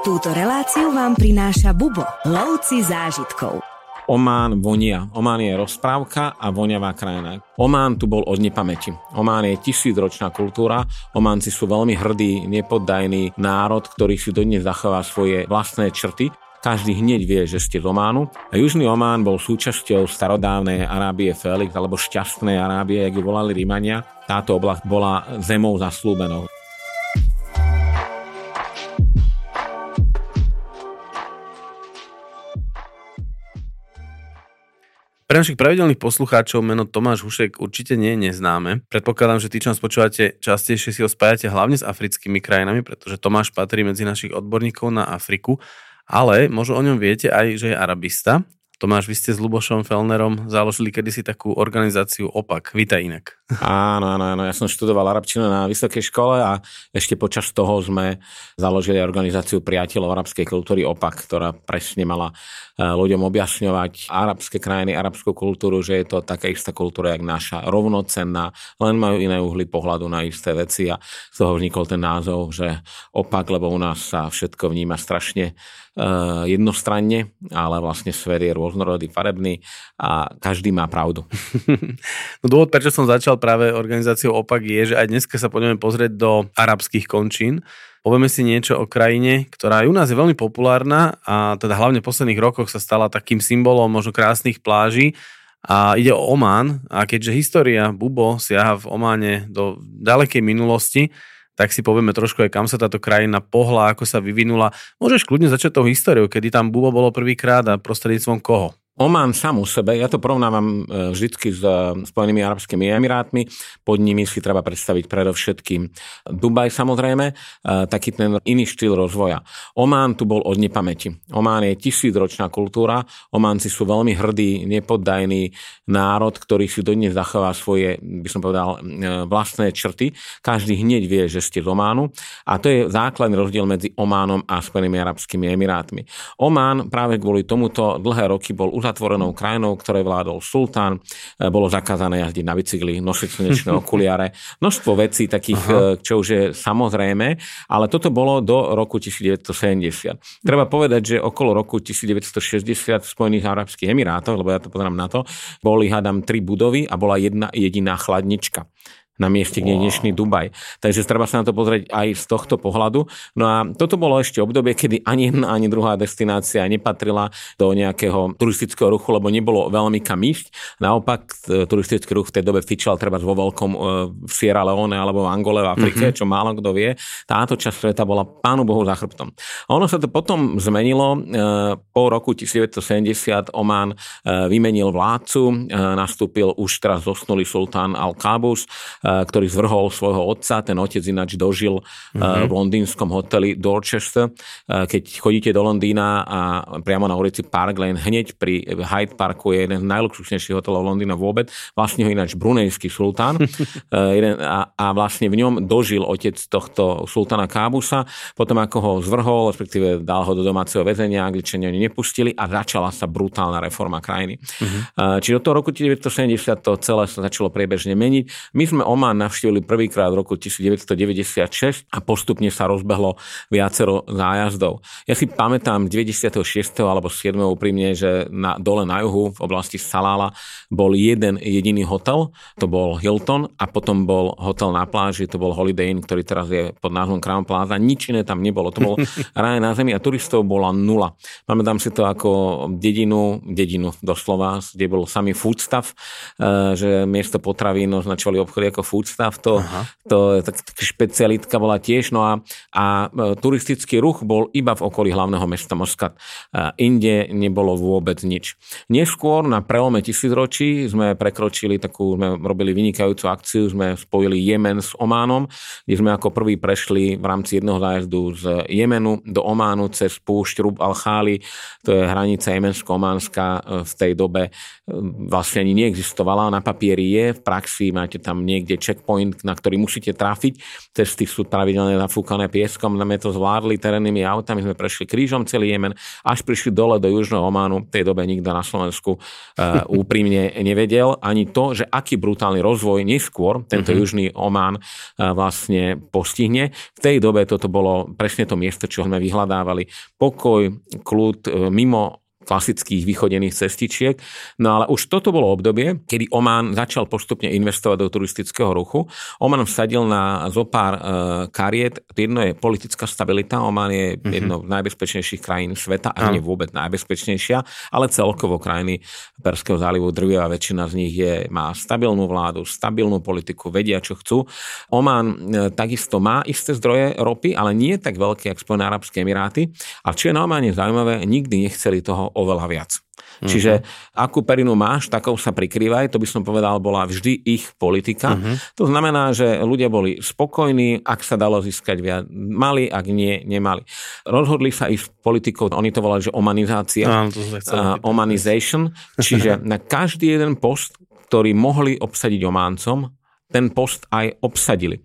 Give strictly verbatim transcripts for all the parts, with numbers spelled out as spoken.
Túto reláciu vám prináša Bubo, lovci zážitkov. Omán vonia. Omán je rozprávka a voňavá krajina. Omán tu bol od nepamäti. Omán je tisícročná kultúra. Ománci sú veľmi hrdý, nepoddajný národ, ktorý si dodnes zachová svoje vlastné črty. Každý hneď vie, že ste z Ománu. A južný Omán bol súčasťou starodávnej Arábie Felix, alebo šťastnej Arábie, jak ju volali Rímania. Táto oblasť bola zemou zaslúbenou. Pre našich pravidelných poslucháčov meno Tomáš Hušek určite nie je neznáme. Predpokladám, že tí, čo nás počúvate, častejšie si ho spájate hlavne s africkými krajinami, pretože Tomáš patrí medzi našich odborníkov na Afriku, ale možno o ňom viete aj, že je arabista. Tomáš, vy ste s Ľubošom Fellnerom založili kedysi takú organizáciu Opak. Vítaj inak. Áno, áno, áno. Ja som študoval arabčinu na vysokej škole a ešte počas toho sme založili organizáciu priateľov arabskej kultúry Opak, ktorá presne mala ľuďom objasňovať arabské krajiny, arabskú kultúru, že je to taká istá kultúra, jak naša, rovnocenná, len majú iné uhly pohľadu na isté veci a z toho vznikol ten názov, že Opak, lebo u nás sa všetko vníma strašne uh, jednostranne, ale vlastne svet je rôznorodý, farebný a každý má pravdu. No dôvod, prečo som začal práve organizáciou Opak je, že aj dneska sa poďme pozrieť do arabských končín. Povieme si niečo o krajine, ktorá aj u nás je veľmi populárna a teda hlavne v posledných rokoch sa stala takým symbolom možno krásnych pláží a ide o Omán a keďže história Bubo siaha v Ománe do ďalekej minulosti, tak si povieme trošku aj kam sa táto krajina pohla, ako sa vyvinula. Môžeš kľudne začať tou históriou, kedy tam Bubo bolo prvýkrát a prostredníctvom koho? Omán sám o sebe, ja to porovnávam vždycky s Spojenými arabskými emirátmi, pod nimi si treba predstaviť predovšetkým Dubaj samozrejme, taký ten iný štýl rozvoja. Omán tu bol od nepamäti. Omán je tisícročná kultúra, Ománci sú veľmi hrdý, nepoddajný národ, ktorý si dodnes zachová svoje, by som povedal, vlastné črty. Každý hneď vie, že ste z Ománu a to je základný rozdiel medzi Ománom a Spojenými arabskými emirátmi. Omán práve kvôli tomuto dlhé roky bol zatvorenou krajinou, ktorej vládol sultán. Bolo zakázané jazdiť na bicykli, nosiť slnečné okuliare. Množstvo vecí takých, Aha. čo už je samozrejme, ale toto bolo do roku devätnásťsedemdesiat. Treba povedať, že okolo roku devätnásťšesťdesiat v Spojených arabských emirátoch, lebo ja to pozerám na to, boli hádam tri budovy a bola jedna jediná chladnička na mieste, kde je dnešný Dubaj. Takže treba sa na to pozrieť aj z tohto pohľadu. No a toto bolo ešte obdobie, kedy ani jedna, ani druhá destinácia nepatrila do nejakého turistického ruchu, lebo nebolo veľmi kam ísť. Naopak, turistický ruch v tej dobe fičal treba vo veľkom v Sierra Leone alebo v Angole, v Afrike, mm-hmm. čo málo kto vie. Táto časť sveta bola Pánu Bohu za chrbtom. A ono sa to potom zmenilo. Po roku devätnásťsedemdesiat Omán vymenil vládcu, nastúpil už teraz zosnulý sultán Al-Qabus, ktorý zvrhol svojho otca. Ten otec ináč dožil mm-hmm. v londýnskom hoteli Dorchester. Keď chodíte do Londýna a priamo na ulici Park Lane, hneď pri Hyde Parku je jeden z najluxusnejších hotelov Londýna vôbec. Vlastne ho ináč brunejský sultán. a, a vlastne v ňom dožil otec tohto sultána Kábusa. Potom ako ho zvrhol, respektíve dal ho do domáceho väzenia, Angličania ho nepustili a začala sa brutálna reforma krajiny. Mm-hmm. Čiže od toho roku devätnásťsedemdesiat to celé sa začalo priebežne meniť. My sme Omán navštívili prvýkrát v roku devätnásťdeväťdesiatšesť a postupne sa rozbehlo viacero zájazdov. Ja si pamätám deväťdesiateho šiesteho alebo siedmeho úprimne, že na, dole na juhu v oblasti Salala bol jeden jediný hotel, to bol Hilton a potom bol hotel na pláži, to bol Holiday Inn, ktorý teraz je pod názvom Crown Plaza. Nič iné tam nebolo, to bol ráj na zemi a turistov bola nula. Pamätám si to ako dedinu, dedinu doslova, kde bol samý foodstuff, že miesto potravín označovali obchody ako foodstuff, to, to tak, tak špecialitka bola tiež, no a, a turistický ruch bol iba v okolí hlavného mesta Muscat. Inde nebolo vôbec nič. Neskôr na prelome tisícročí sme prekročili takú, sme robili vynikajúcu akciu, sme spojili Jemen s Ománom, kde sme ako prvý prešli v rámci jedného zájazdu z Jemenu do Ománu cez púšť Rub al-Khali, to je hranica jemensko-ománska v tej dobe vlastne ani neexistovala. Na papieri je, v praxi máte tam niekde checkpoint, na ktorý musíte trafiť. Cesty sú pravidelne nafúkané pieskom, sme to zvládli terénnymi autami, sme prešli krížom celý Jemen, až prišli dole do Južného Ománu. V tej dobe nikto na Slovensku uh, úprimne nevedel. Ani to, že aký brutálny rozvoj neskôr tento uh-huh. Južný Omán uh, vlastne postihne. V tej dobe toto bolo presne to miesto, čo sme vyhľadávali. Pokoj, kľud, uh, mimo klasických vychodených cestičiek. No ale už toto bolo obdobie, kedy Omán začal postupne investovať do turistického ruchu. Omán vsadil na zo pár e, kariet. Jedno je politická stabilita. Omán je mm-hmm. jedno z najbezpečnejších krajín sveta, a nie vôbec najbezpečnejšia, ale celkovo krajiny Perského zálivu, drvivá väčšina z nich je, má stabilnú vládu, stabilnú politiku, vedia, čo chcú. Omán e, takisto má isté zdroje ropy, ale nie tak veľké, ako Spojené arabské emiráty. A čo je na Ománe zaujímavé, nikdy nechceli toho oveľa viac. Uh-huh. Čiže akú perinu máš, takou sa prikrývaj, to by som povedal, bola vždy ich politika. Uh-huh. To znamená, že ľudia boli spokojní, ak sa dalo získať viac, mali, ak nie, nemali. Rozhodli sa ísť politikou, oni to volali, že omanizácia, uh, uh, omanization, čiže na každý jeden post, ktorý mohli obsadiť Ománcom, ten post aj obsadili.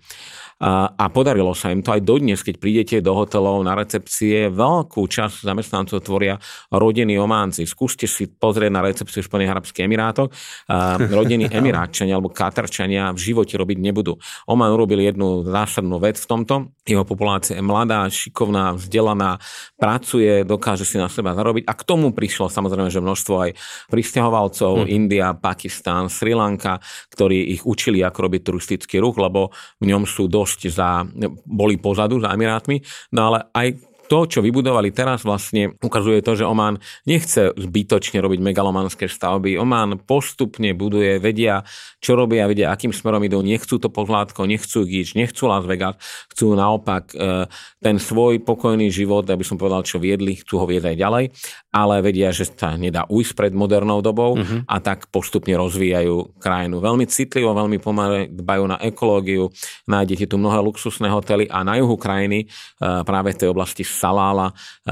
A podarilo sa im to aj dodnes, keď prídete do hotelov na recepcie, veľkú časť zamestnancov tvoria rodiny Ománci. Skúste si pozrieť na recepciu v Spojených arabských emirátoch. Rodiny Emirátčania alebo Katarčania v živote robiť nebudú. Omán urobil jednu zásadnú vec v tomto. Jeho populácia je mladá, šikovná, vzdelaná, pracuje, dokáže si na seba zarobiť. A k tomu prišlo samozrejme, že množstvo aj prisťahovalcov, hmm. India, Pakistán, Sri Lanka, ktorí ich učili, ako robiť turistický ruch, lebo v ňom sú dosť za, boli pozadu za Emirátmi, no ale aj to, čo vybudovali teraz, vlastne ukazuje to, že Omán nechce zbytočne robiť megalomanské stavby. Omán postupne buduje, vedia, čo robia, vedia, akým smerom idú. Nechcú to pozlátko, nechcú Gíč, nechcú Las Vegas, chcú naopak ten svoj pokojný život, aby som povedal, čo viedli, chcú ho viesť aj ďalej, ale vedia, že sa nedá ujsť pred modernou dobou uh-huh. a tak postupne rozvíjajú krajinu. Veľmi citlivo, veľmi pomaly dbajú na ekológiu, nájdete tu mnohé luxusné hotely a na juhu krajiny, práve v tej oblasti Salála,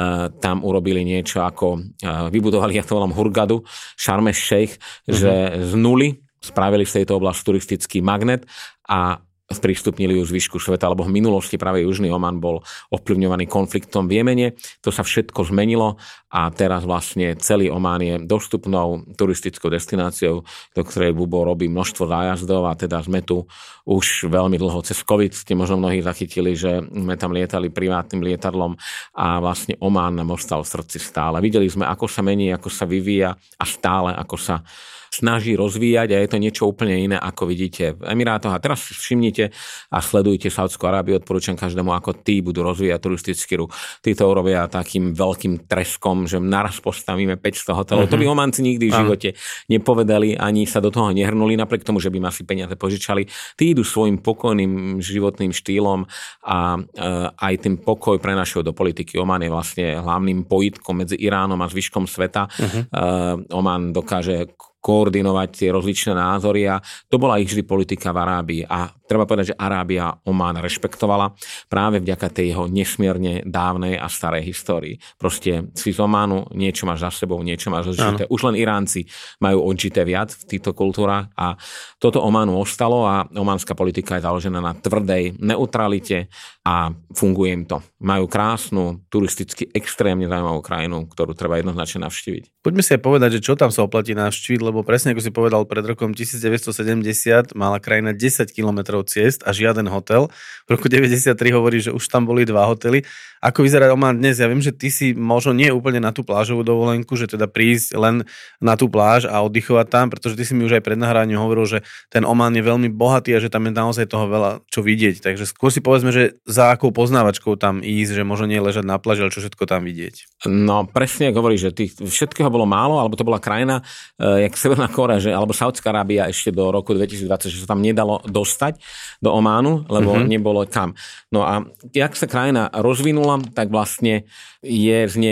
tam urobili niečo ako, vybudovali, ja to volám Hurgadu, Sharm el-Sheikh, uh-huh. že z nuly spravili v tejto oblasti turistický magnet a sprístupnili ju zvyšku sveta, lebo v minulosti práve Južný Oman bol ovplyvňovaný konfliktom v Jemene. To sa všetko zmenilo a teraz vlastne celý Oman je dostupnou turistickou destináciou, do ktorej Bubo robí množstvo zájazdov a teda sme tu už veľmi dlho. Cez COVID ste možno mnohí zachytili, že sme tam lietali privátnym lietadlom a vlastne Oman nám ostal v srdci stále. Videli sme, ako sa mení, ako sa vyvíja a stále ako sa snaží rozvíjať a je to niečo úplne iné, ako vidíte v Emirátoch. A teraz všimnite a sledujte Saúdskú Arábiu, odporúčam každému, ako tí budú rozvíjať turistický ruch. Tí to urobia takým veľkým treskom, že naraz postavíme päťsto hotelov. Mm-hmm. To by Ománci nikdy v živote nepovedali, ani sa do toho nehrnuli, napriek tomu, že by ma si peniaze požičali. Tí idú svojim pokojným životným štýlom a e, aj ten pokoj prenašajú do politiky. Omán je vlastne hlavným pojitkom medzi Iránom a zvyškom sveta. Mm-hmm. E, Omán dokáže koordinovať tie rozličné názory a to bola ich vždy politika v Arábii. A treba povedať, že Arábia Omán rešpektovala práve vďaka tej jeho nesmierne dávnej a starej histórii. Proste si z Ománu niečo máš za sebou, niečo máš odžité. Už len Iránci majú odžité viac v týchto kultúrach a toto Ománu ostalo a ománska politika je založená na tvrdej neutralite a funguje im to. Majú krásnu, turisticky extrémne zaujímavú krajinu, ktorú treba jednoznačne navštíviť. Poďme si aj povedať, že čo tam sa oplatí navštíviť, lebo presne ako si povedal, pred rokom devätnásťsedemdesiat mala krajina desať kilometrov ciest a žiaden hotel. V roku deväťdesiattri hovorí, že už tam boli dva hotely. Ako vyzerá Omán dnes? Ja viem, že ty si možno nie úplne na tú plážovú dovolenku, že teda prísť len na tú pláž a oddychovať tam, pretože ty si mi už aj pred nahrávaním hovoril, že ten Omán je veľmi bohatý a že tam je naozaj toho veľa čo vidieť. Takže skôr si povedzme, že za akou poznávačkou tam ísť, že možno nie ležať na pláži, ale čo všetko tam vidieť. No presne, ako hovoríš, že tých, všetkého bolo málo, alebo to bola krajina, e, jak Severná Kórea, že alebo Saudská Arábia ešte do roku dvetisícdvadsať, že sa tam nedalo dostať do Ománu, lebo mm-hmm. nebolo kam. No a jak sa krajina rozvinula, tak vlastne je z nej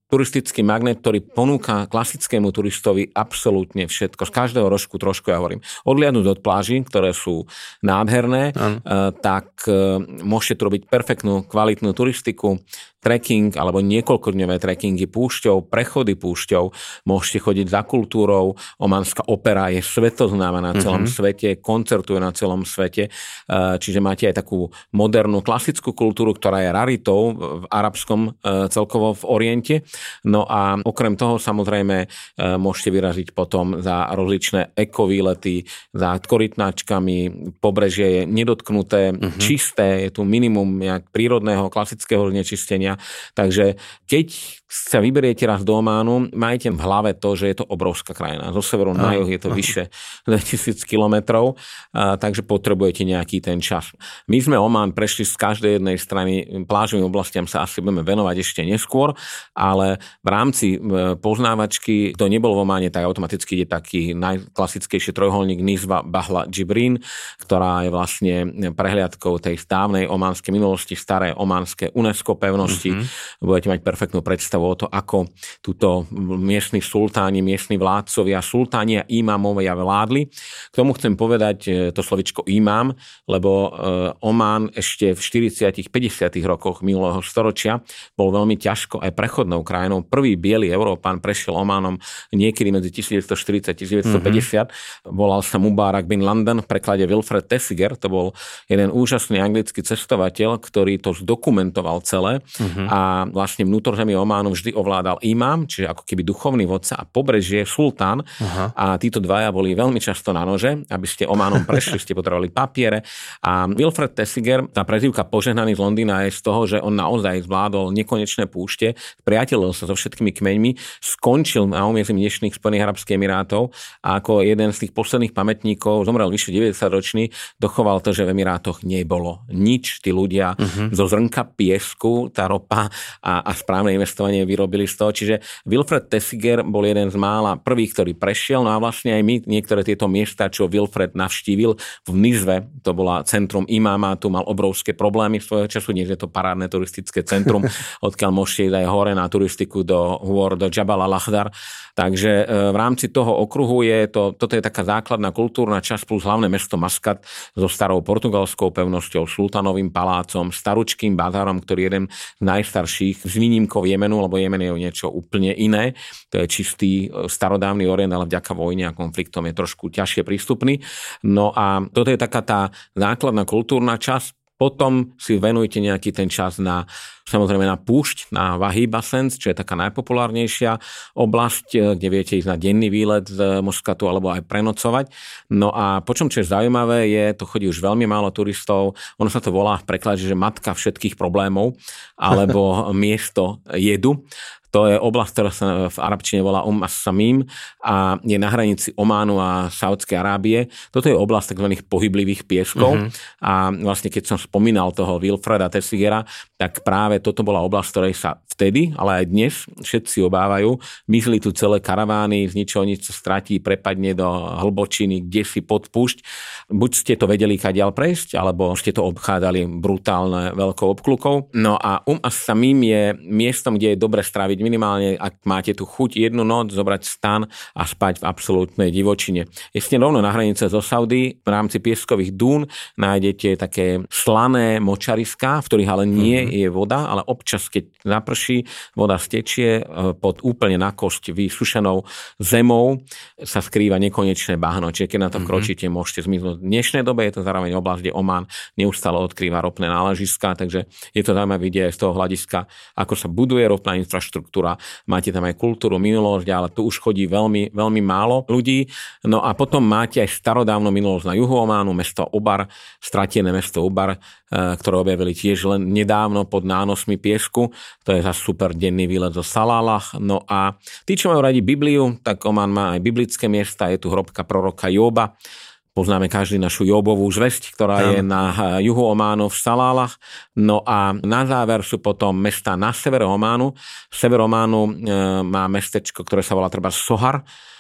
turistický magnet, ktorý ponúka klasickému turistovi absolútne všetko. Z každého rožku trošku, ja hovorím. Odliadnúť od pláží, ktoré sú nádherné, uh, tak uh, môžete tu robiť perfektnú, kvalitnú turistiku, trekking alebo niekoľkodňové trekkingy púšťou, prechody púšťou, môžete chodiť za kultúrou, Omanská opera je svetoznáma na celom mm-hmm. svete, koncertuje na celom svete, čiže máte aj takú modernú klasickú kultúru, ktorá je raritou v arabskom celkovo v Oriente. No a okrem toho samozrejme môžete vyraziť potom za rozličné ekovýlety, za korytnáčkami, pobrežie je nedotknuté, mm-hmm. čisté, je tu minimum nejak prírodného, klasického znečistenia. Takže keď sa vyberiete raz do Ománu, majte v hlave to, že je to obrovská krajina. Zo severu na juh je to vyše dvetisíc kilometrov, takže potrebujete nejaký ten čas. My sme Omán prešli z každej jednej strany, plážovým oblastiam sa asi budeme venovať ešte neskôr, ale v rámci poznávačky, kto nebol v Ománe, tak automaticky ide taký najklasickejší trojuholník Nizwa Bahla Džibrín, ktorá je vlastne prehliadkou tej dávnej ománskej minulosti, staré ománske UNESCO pevnosti. Mm-hmm. Budete mať perfektnú predstavu o to, ako túto miestni sultáni, miestni vládcovia, sultáni a imámovia vládli. K tomu chcem povedať to slovičko imám, lebo Omán ešte v štyridsiatych päťdesiatych rokoch minulého storočia bol veľmi ťažko aj prechodnou krajinou. Prvý biely Európan prešiel Ománom niekedy medzi devätnásťstoštyridsať a devätnásťstopäťdesiat. Mm-hmm. Volal sa Mubarak bin London, v preklade Wilfred Thesiger. To bol jeden úžasný anglický cestovateľ, ktorý to zdokumentoval celé. Mm-hmm. A vlastne vnútorzemie Ománu vždy ovládal imám, čiže ako keby duchovný vodca, a pobrežie sultán. Aha. A títo dvaja boli veľmi často na nože. Aby ste Ománom prešli, ste potrebovali papiere. A Wilfred Thesiger, tá prezývka Požehnaný z Londýna, je z toho, že on naozaj zvládol nekonečné púšte, priateľil sa so všetkými kmeňmi, skončil na úmiezí dnešných Spojených arabských emirátov a ako jeden z tých posledných pamätníkov, zomrel vyše deväťdesiatročný, dochoval to, že v Emirátoch nebolo nič. Tí ľudia uh-huh. zo zrnka piesku, tá ropa a, a správne investovanie vyrobili z toho. Čiže Wilfred Thesiger bol jeden z mála prvých, ktorý prešiel. No a vlastne aj my niektoré tieto miesta, čo Wilfred navštívil v Nizve, to bola centrum imámátu, mal obrovské problémy svojho času, dnes je to parádne turistické centrum, odkiaľ môžete ísť aj hore na turistiku do hôr, do Jabal al-Akhdar. Takže v rámci toho okruhu je to, toto je taká základná kultúrna časť plus hlavné mesto Maskat so starou portugalskou pevnosťou, sultánovým palácom, staručkým bazárom, ktorý je jeden z najstarších s výnimkou Jemenu, lebo Jemen je niečo úplne iné. To je čistý starodávny Orient, ale vďaka vojne a konfliktom je trošku ťažšie prístupný. No a toto je taká tá základná kultúrna časť. Potom si venujte nejaký ten čas na, samozrejme na púšť, na Wahib Ascent, čo je taká najpopulárnejšia oblasť, kde viete ísť na denný výlet z Moskatu alebo aj prenocovať. No a počom, čo je zaujímavé, je, to chodí už veľmi málo turistov, ono sa to volá v preklade, že matka všetkých problémov, alebo miesto jedu. To je oblasť, ktorá sa v arabčine volá Umm as-Samim a je na hranici Ománu a Saúdskej Arábie. Toto je oblasť tzv. Pohyblivých pieskov. Mm-hmm. A vlastne keď som spomínal toho Wilfreda Thesigera, tak práve toto bola oblasť, ktorej sa vtedy, ale aj dnes všetci obávajú. Mizli tu celé karavány, z ničoho nič sa stratí, prepadne do hlbočiny, kde si pod púšť. Buď ste to vedeli kadiaľ prejsť, alebo ste to obchádzali brutálne veľkou obklukou. No a Umm as-Samim je miestom, kde je dobre stráviť minimálne, ak máte tu chuť jednu noc, zobrať stan a spať v absolútnej divočine. Jestli rovno na hranice zo Saudí, v rámci pieskových dún nájdete také slané močariská, v ktorých ale nie mm-hmm. je voda, ale občas, keď zaprší, voda stečie pod úplne na kosť vysušenou zemou, sa skrýva nekonečné bahno. Čiže keď na to vkročíte, mm-hmm. môžete zmiznúť. V dnešnej dobe je to zároveň oblasť, kde Omán neustále odkrýva ropné náležiská, takže je to zaujímavé vidieť z toho hľadiska, ako sa buduje ropná infraštruktúra. Máte tam aj kultúru, minulosť, ale tu už chodí veľmi, veľmi málo ľudí. No a potom máte aj starodávnu minulosť na juhu Ománu, mesto Obar, stratené mesto Obar, ktoré objavili tiež len nedávno pod nánosmi piesku. To je zase super denný výlet zo Salalah. No a tí, čo majú radi Bibliu, tak Omán má aj biblické miesta. Je tu hrobka proroka Jóba. Poznáme každý našu Jóbovú zvesť, ktorá je na juhu Ománu v Salálach. No a na záver sú potom mesta na severe Ománu. Sever Ománu e, má mestečko, ktoré sa volá treba Sohar.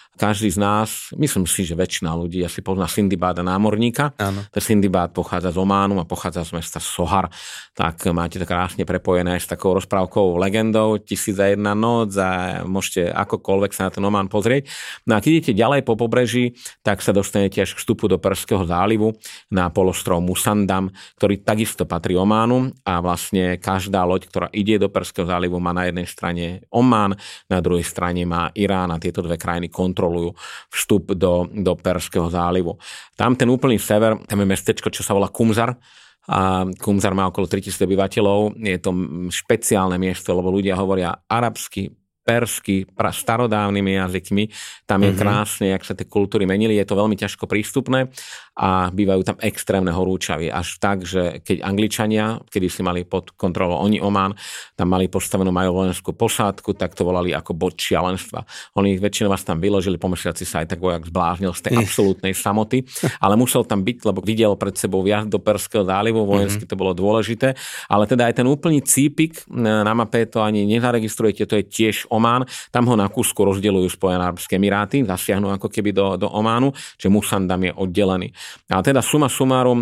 každý z nás, myslím si, že väčšina ľudí asi pozná Sindibáda námorníka. Áno. Ten Sindibád pochádza z Ománu a pochádza z mesta Sohar. Tak máte to krásne prepojené s takou rozprávkovou legendou Tisíc a jedna noc a môžete akokoľvek sa na ten Omán pozrieť. No a keď idete ďalej po pobreží, tak sa dostanete až k vstupu do Perského zálivu na polostrov Musandam, ktorý takisto patrí Ománu a vlastne každá loď, ktorá ide do Perského zálivu, má na jednej strane Omán, na druhej strane má Irán a tieto dve krajiny kontrolujú vstup do, do Perského zálivu. Tam ten úplný sever, tam je mestečko, čo sa volá Kumzar. A Kumzar má okolo tritisíc obyvateľov. Je to špeciálne miesto, lebo ľudia hovoria arabsky, persky, starodávnymi jazykmi. Tam je krásne, jak sa tie kultúry menili. Je to veľmi ťažko prístupné a bývajú tam extrémne horúčavy. Až tak, že keď Angličania, kedy si mali pod kontrolou oni Omán, tam mali postavenú majú vojenskú posádku, tak to volali ako bod šialenstva. Oni väčšinou vás tam vyložili, po mesiaci sa aj tak vojak zbláznil z tej absolútnej samoty, ale musel tam byť, lebo videl pred sebou viac do Perského zálivu, vojensky to bolo dôležité, ale teda aj ten úplný cípik na mape to ani nezaregistrujete, to je tiež Omán, tam ho na kúsku rozdeľujú Spojené arabské emiráty, zasiahnu ako keby do, do Ománu, že Musandam je oddelený. A teda suma sumárum,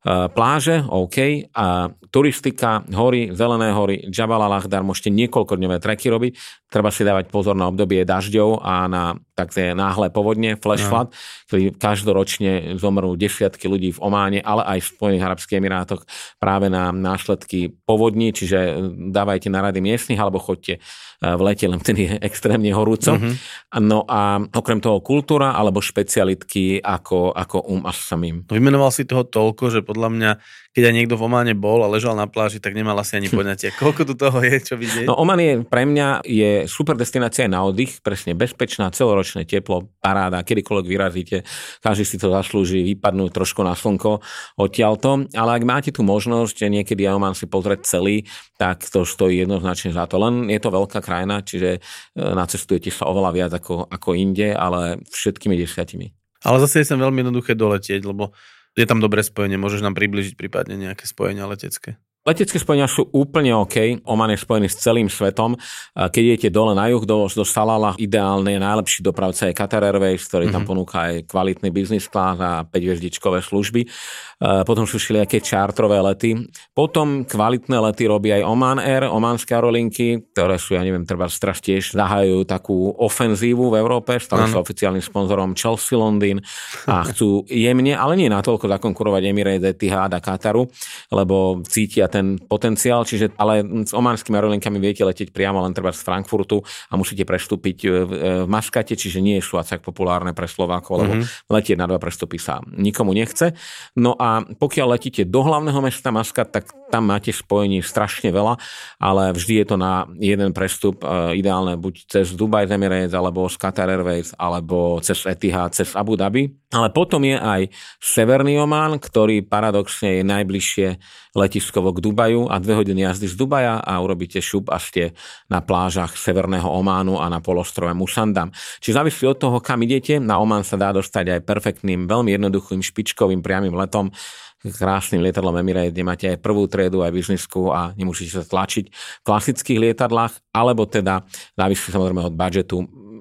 pláže, OK, a turistika, hory, zelené hory, Jabal al-Akhdar, môžete niekoľkodňové treky robiť, treba si dávať pozor na obdobie dažďov a na také náhle povodne, flash flood, kedy každoročne zomrú desiatky ľudí v Ománe, ale aj v Spojených arabských emirátoch práve na následky povodní, čiže dávajte na rady miestnych, alebo choďte v lete, len vtedy je extrémne horúco. Mm-hmm. No a okrem toho kultúra, alebo špecialitky ako, ako Um as-Samim. Vymenoval si toho toľko, že podľa mňa, keď aj niekto v Ománe bol a ležal na pláži, tak nemal asi ani poňatia. Koľko tu toho je, čo vidieť? No Omán je pre mňa je super destinácia na oddych, presne bezpečná, celoročné teplo, paráda, kedykoľvek vyrazíte, každý si to zaslúži vypadnúť trošku na slnko odtiaľto, ale ak máte tu možnosť niekedy aj Omán si pozrieť celý, tak to stojí jednoznačne za to. Len je to veľká krajina, čiže nacestujete sa oveľa viac ako, ako inde, ale všetkými desiatimi. Ale zase je sem veľmi jednoduché doletieť, lebo je tam dobré spojenie, môžeš nám približiť prípadne nejaké spojenia letecké? Letecké spojenia sú úplne OK. Oman je spojený s celým svetom. Keď idete dole na juh do, do Salala, ideálne, najlepší dopravca je Qatar Airways, ktorý mm-hmm. tam ponúka aj kvalitný business class a päťhviezdičkové služby. Potom sú všelijaké čártrové lety. Potom kvalitné lety robí aj Oman Air, omanské aerolinky, ktoré sú, ja neviem, treba straš tiež zahajujú takú ofenzívu v Európe, stali sa oficiálnym sponzorom Chelsea Londýn a chcú jemne, ale nie natoľko zakonkurovať Emirates, Etihad a Qataru, lebo cítia ten potenciál, čiže ale s omanskými aerolinkami viete letieť priamo len treba z Frankfurtu a musíte prestúpiť v Maskate, čiže nie sú tak populárne pre Slovákov, lebo mm-hmm. letieť na dva prestupy sa nikomu nechce. No a pokiaľ letíte do hlavného mesta Maskat, tak tam máte spojení strašne veľa, ale vždy je to na jeden prestup, ideálne buď cez Dubai Emirates, alebo z Qatar Airways, alebo cez Etihad, cez Abu Dhabi. Ale potom je aj Severný Omán, ktorý paradoxne je najbližšie letiskovo k Dubaju a dve hodiny jazdy z Dubaja a urobíte šup a ste na plážach Severného Ománu a na polostrove Musandam. Čiže závisí od toho, kam idete. Na Omán sa dá dostať aj perfektným, veľmi jednoduchým, špičkovým, priamym letom, krásnym lietadlom Emirates, kde máte aj prvú triedu, aj biznisku a nemusíte sa tlačiť v klasických lietadlách, alebo teda závisí samozrejme od budžetu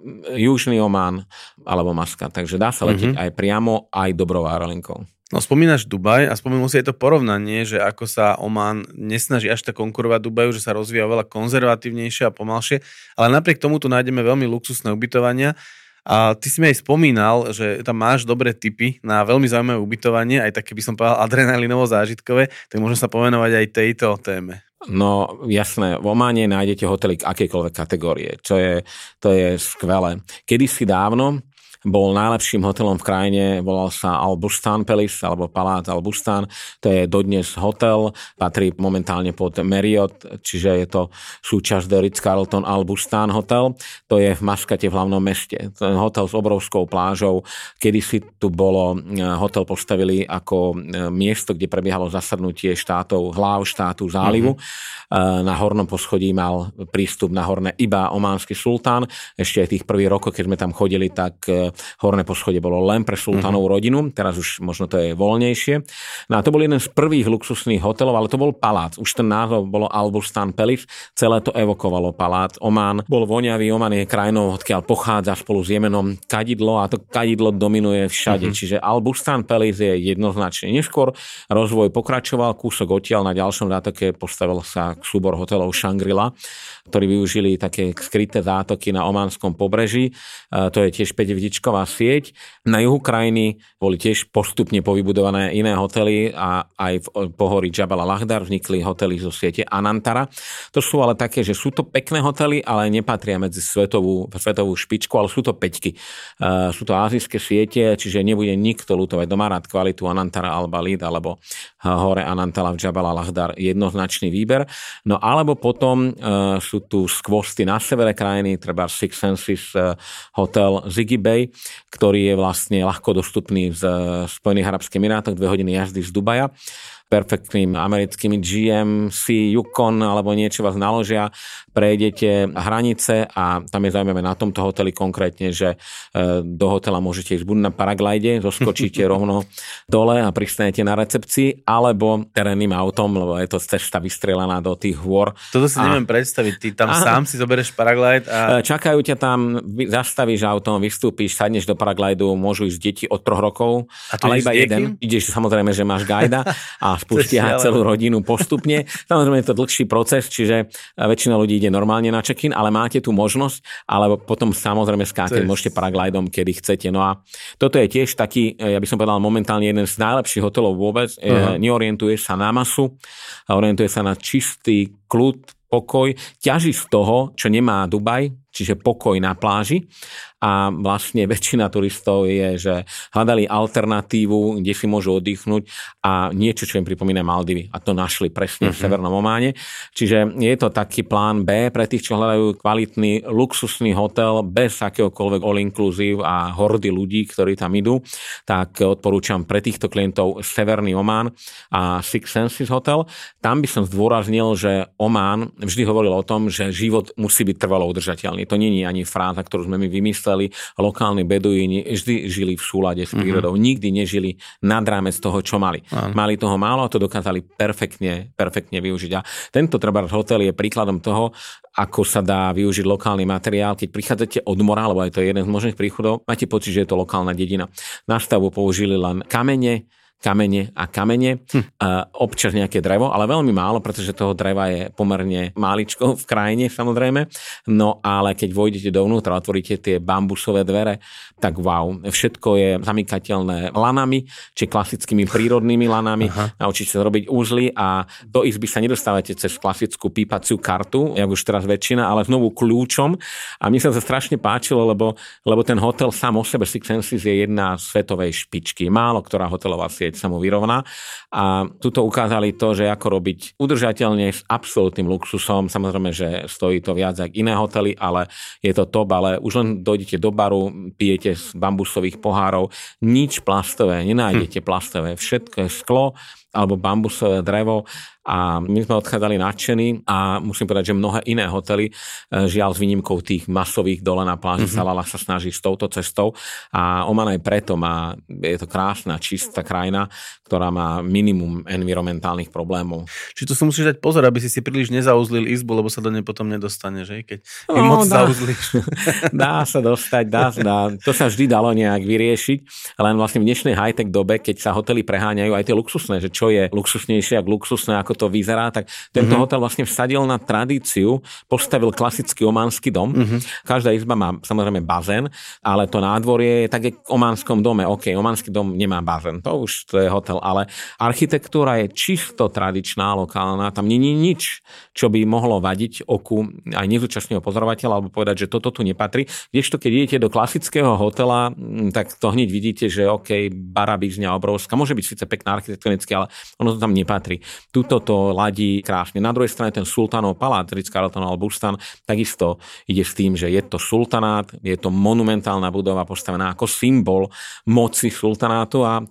Južný Omán alebo Maskat. Takže dá sa letieť mm-hmm. aj priamo, aj dobrou aerolinkou. No spomínaš Dubaj a spomenul si aj to porovnanie, že ako sa Omán nesnaží až tak konkurovať Dubaju, že sa rozvíja veľa konzervatívnejšie a pomalšie, ale napriek tomu tu nájdeme veľmi luxusné ubytovania. A ty si mi aj spomínal, že tam máš dobré tipy na veľmi zaujímavé ubytovanie, aj také by som povedal adrenalinovo-zážitkové, tak môžem sa pomenovať aj tejto téme. No jasné, v Ománe nájdete hotely akejkoľvek kategórie, čo je, to je skvelé. Kedysi dávno bol najlepším hotelom v krajine, volal sa Al Bustan Palace, alebo Palác Al Bustan. To je dodnes hotel, patrí momentálne pod Marriott, čiže je to súčasť The Ritz-Carlton Al Bustan Hotel. To je v Maskate, v hlavnom meste. To je hotel s obrovskou plážou. Kedysi tu bolo, hotel postavili ako miesto, kde prebiehalo zasadnutie štátov, hlav štátu zálivu. Mm-hmm. Na hornom poschodí mal prístup na horné iba ománsky sultán. Ešte aj tých prvých rokov, keď sme tam chodili, tak horné poschodie bolo len pre sultánovú rodinu, teraz už možno to je voľnejšie. No a to bol jeden z prvých luxusných hotelov, ale to bol palác. Už ten názov bolo Al Bustan Palace, celé to evokovalo palác. Omán bol voňavý, Omán je krajinou, odkiaľ pochádza spolu s Jemenom kadidlo a to kadidlo dominuje všade. Mm-hmm. Čiže Al Bustan Palace je jednoznačne. Neskôr rozvoj pokračoval, kúsok odtiaľ na ďalšom zátoke postavil sa súbor hotelov Shangri-La, ktorí využili také skryté zátoky na ománskom pobreží. To je tiež päťhviezdičková sieť. Na juhu krajiny boli tiež postupne povybudované iné hotely a aj v pohorí Jabal al-Akhdar vznikli hotely zo siete Anantara. To sú ale také, že sú to pekné hotely, ale nepatria medzi svetovú, svetovú špičku, ale sú to peťky. Uh, sú to azijské siete, čiže nebude nikto ľutovať. Doma rád kvalitu Anantara al-Balid alebo hore Anantara v Jabal al-Akhdar. Jednoznačný výber. No alebo potom uh, sú tu skvosty na severe krajiny, treba Six Senses uh, hotel Ziggy Bay, ktorý je vlastne ľahko dostupný z Spojených arabských emirátov, dve hodiny jazdy z Dubaja. Perfektným americkými G M C, Yukon alebo niečo vás naložia, prejdete hranice a tam je zaujímavé na tomto hoteli konkrétne, že do hotela môžete ísť buď na paraglide, zoskočíte rovno dole a pristanete na recepcii, alebo terénnym autom, lebo je to cesta vystrelená do tých hôr. Toto si a... neviem predstaviť, ty tam a... sám si zoberieš paraglide a... Čakajú ťa tam, zastavíš autom, vystúpiš, sadneš do paraglidu, môžu ísť deti od troch rokov, ale iba jeden. Ideš samozrejme, že máš guida a spustia celú rodinu postupne. Samozrejme je to dlhší proces, čiže väčšina ľudí ide normálne na check-in, ale máte tu možnosť, ale potom samozrejme skákať môžete paraglidom, kedy chcete. No a toto je tiež taký, ja by som povedal momentálne jeden z najlepších hotelov vôbec. Uh-huh. Neorientuje sa na masu, orientuje sa na čistý kľud, pokoj, ťaží z toho, čo nemá Dubaj, čiže pokoj na pláži. A vlastne väčšina turistov je, že hľadali alternatívu, kde si môžu oddychnúť a niečo, čo im pripomína Maldivy. A to našli presne uh-huh. v Severnom Ománe. Čiže je to taký plán B pre tých, čo hľadajú kvalitný, luxusný hotel bez akéhokoľvek all-inclusive a hordy ľudí, ktorí tam idú. Tak odporúčam pre týchto klientov Severný Omán a Six Senses hotel. Tam by som zdôraznil, že Omán vždy hovoril o tom, že život musí byť trvalo udržateľný. To nie je ani fráza, ktorú sme my vymysleli. Lokálni beduíni vždy žili v súlade s prírodou. Mm-hmm. Nikdy nežili nad rámec toho, čo mali. Áno. Mali toho málo a to dokázali perfektne, perfektne využiť. A tento treba hotel je príkladom toho, ako sa dá využiť lokálny materiál. Keď prichádzate od mora, lebo aj to je jeden z možných príchodov, máte pocit, že je to lokálna dedina. Na stavbu použili len kamene, kamene a kamene, hm. občas nejaké drevo, ale veľmi málo, pretože toho dreva je pomerne máličko v krajine, samozrejme. No ale keď vojdete dovnútra, otvoríte tie bambusové dvere, tak wow, všetko je zamykateľné lanami, či klasickými prírodnými lanami. Aha. Naučíte sa robiť úzly a do izby sa nedostávate cez klasickú pípaciu kartu, jak už teraz väčšina, ale znovu kľúčom. A mne sa to strašne páčilo, lebo, lebo ten hotel sám o sebe Six Senses je jedna z svetovej špičky. Málo ktorá hotelová sieť sa mu vyrovná. A tuto ukázali to, že ako robiť udržateľne s absolútnym luxusom. Samozrejme, že stojí to viac ako iné hotely, ale je to top, ale už len dojdete do baru, pijete z bambusových pohárov, nič plastové, nenájdete hm. plastové, všetko je sklo alebo bambusové drevo a my sme odchádzali nadšení a musím povedať, že mnohé iné hotely, žiaľ s výnimkou tých masových dole na pláži mm-hmm. Salalah sa snaží s touto cestou a Oman aj preto má, je to krásna, čistá krajina, ktorá má minimum environmentálnych problémov. Čiže to si musíš dať pozor, aby si si príliš nezauzlil izbu, lebo sa do nej potom nedostane, že? Keď no, moc dá, zauzlíš. Dá sa dostať, dá, dá. To sa vždy dalo nejak vyriešiť, len vlastne v dnešnej high-tech dobe, keď sa hotely preháňajú aj tie luxusné, že čo je luxusnejšie ako luxusné, ako to vyzerá, tak tento mm-hmm. hotel vlastne vsadil na tradíciu, postavil klasický ománsky dom. Mm-hmm. Každá izba má samozrejme bazén, ale to nádvorie je tak v ománskom dome. OK, ománsky dom nemá bazén, to už to je hotel, ale architektúra je čisto tradičná, lokálna, tam nie je nič, čo by mohlo vadiť oku aj nezúčastného pozorovateľa alebo povedať, že toto tu nepatrí. Kdežto keď idete do klasického hotela, tak to hneď vidíte, že OK, barabízňa obrovská, môže byť síce pekná architektonicky, ale ono to tam nepatrí. Tuto to ladí krásne. Na druhej strane ten sultánov palác, Ritz-Carlton Al Bustan, takisto ide s tým, že je to sultanát, je to monumentálna budova postavená ako symbol moci sultanátu a to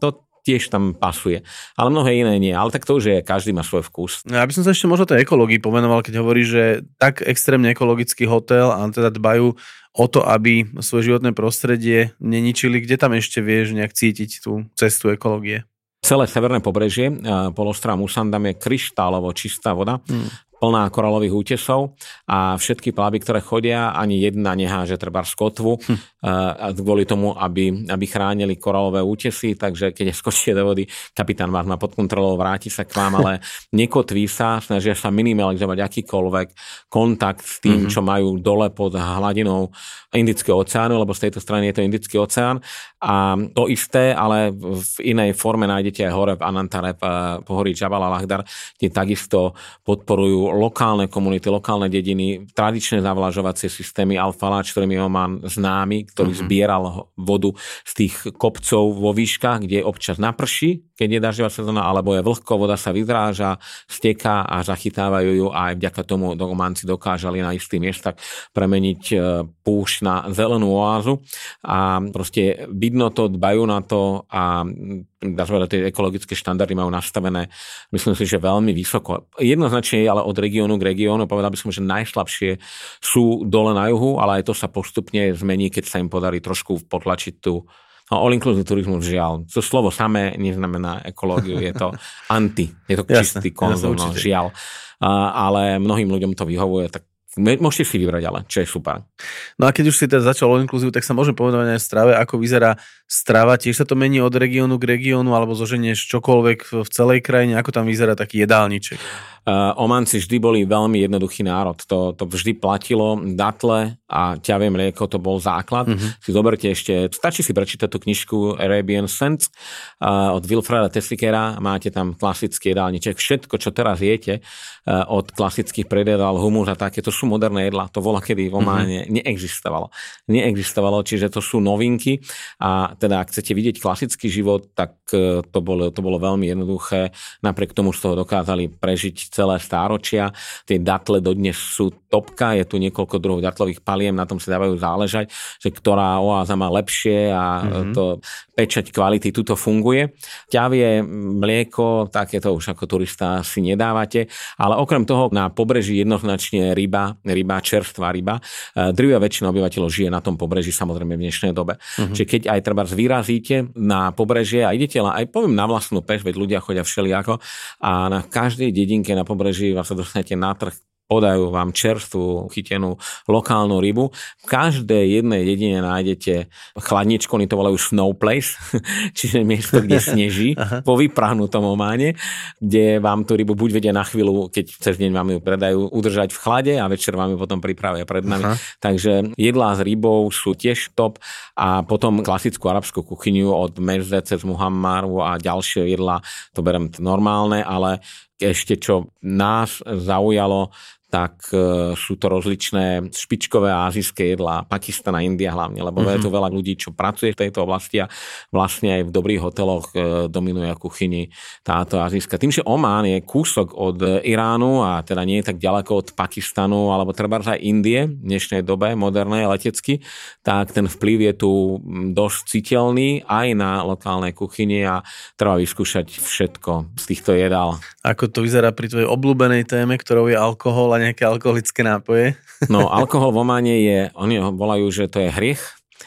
tiež tam pasuje. Ale mnohé iné nie. Ale tak to už je, každý má svoj vkus. Ja by som sa ešte možno tej ekológii pomenoval, keď hovorí, že tak extrémne ekologický hotel a teda dbajú o to, aby svoje životné prostredie neničili. Kde tam ešte vieš nejak cítiť tú cestu ekológie? Celé severné pobrežie polostrova Musandam je kryštálovo čistá voda. Hmm. Plná koralových útesov a všetky plavby, ktoré chodia, ani jedna neháže treba z kotvu hm. kvôli tomu, aby, aby chránili koralové útesy, takže keď skočíte do vody, kapitán vás má pod kontrolou, vráti sa k vám, ale nekotví sa, snažia sa minimalizovať akýkoľvek kontakt s tým, mm-hmm. čo majú dole pod hladinou Indického oceánu, lebo z tejto strany je to Indický oceán. A to isté, ale v inej forme nájdete aj hore v Anantare, v pohorí Jabal al-Akhdar, kde takisto podporujú lokálne komunity, lokálne dediny, tradičné zavlažovacie systémy Al-Falaj, ktorým je Oman známy, ktorý mm-hmm. zbieral vodu z tých kopcov vo výškach, kde občas naprší, keď je dažďová sezóna, alebo je vlhko, voda sa vyzráža, steká a zachytávajú ju a aj vďaka tomu Omanci dokážali na istých miestach premeniť púšť na zelenú oázu a proste vidno to, dbajú na to a dá sa povedať, tie ekologické štandardy majú nastavené, myslím si, že veľmi vysoko. Jednoznačne je ale od regiónu k regiónu, povedal by som, že najslabšie sú dole na juhu, ale aj to sa postupne zmení, keď sa im podarí trošku potlačiť tú no, all-inclusive turizmus, žiaľ. To slovo samé neznamená ekológiu, je to anti, je to čistý konzum, no, žiaľ. A, ale mnohým ľuďom to vyhovuje, tak môžete si vybrať, ale čo je super. No a keď už si teda začal all-inclusive, tak sa môžeme povedať aj o strave, ako vyzerá strava. Tiež sa to mení od regiónu k regiónu, alebo zoženieš čokoľvek v celej krajine, ako tam vyzerá taký jedálniček? Uh, Omanci vždy boli veľmi jednoduchý národ. To, to vždy platilo. Datle a ťavé mlieko, to bol základ. Uh-huh. Si zoberte ešte, stačí si prečítať tú knižku Arabian Sense uh, od Wilfreda Tessikera. Máte tam klasický jedálniček. Všetko, čo teraz jete, uh, od klasických predjedál, humus a také, to sú moderné jedlá. To bola kedy v Ománe uh-huh. neexistovalo. Neexistovalo, čiže to sú novinky. A teda, ak chcete vidieť klasický život, tak uh, to, bolo, to bolo veľmi jednoduché. Napriek tomu z toho dokázali prežiť celé stáročia. Tie datle dodnes sú topka, je tu niekoľko druhov datlových paliem, na tom si dávajú záležať, že ktorá oáza má lepšie a mm-hmm. to pečať kvality tuto funguje. Ťavie, mlieko, takéto už ako turista si nedávate, ale okrem toho na pobreží jednoznačne ryba, ryba, čerstvá ryba. Drvivá väčšina obyvateľov žije na tom pobreží, samozrejme v dnešnej dobe. Mm-hmm. Čiže keď aj treba vyrazíte na pobrežie a idete, aj poviem na vlastnú peš, veď ľudia chodia všelijako a na každej dedinke na pobreží vás sa dostanete na trh, podajú vám čerstvú, chytenú lokálnu rybu. V každej jednej dedine nájdete chladničku, oni to volajú snow place, čiže miesto, kde sneží, po vyprahnutom Ománe, kde vám tú rybu buď vedia na chvíľu, keď cez deň vám ju predajú, udržať v chlade a večer vám ju potom pripravia pred nami. Aha. Takže jedlá s rybou sú tiež top a potom klasickú arabskú kuchyňu od mezze cez muhammaru a ďalšie jedlá, to berem normálne, ale ešte čo nás zaujalo, tak e, sú to rozličné špičkové azijské jedlá, Pakistan a India hlavne, lebo mm-hmm. je tu veľa ľudí, čo pracuje v tejto oblasti a vlastne aj v dobrých hoteloch e, dominuje v kuchyni táto azijská. Tým, že Omán je kúsok od Iránu a teda nie je tak ďaleko od Pakistanu alebo treba aj Indie v dnešnej dobe, modernej letecky, tak ten vplyv je tu dosť citeľný aj na lokálnej kuchyni a treba vyskúšať všetko z týchto jedál. Ako to vyzerá pri tvojej obľúbenej téme, ktorou je alkohol a nejaké alkoholické nápoje? No, alkohol v Ománe je, oni ho volajú, že to je hriech,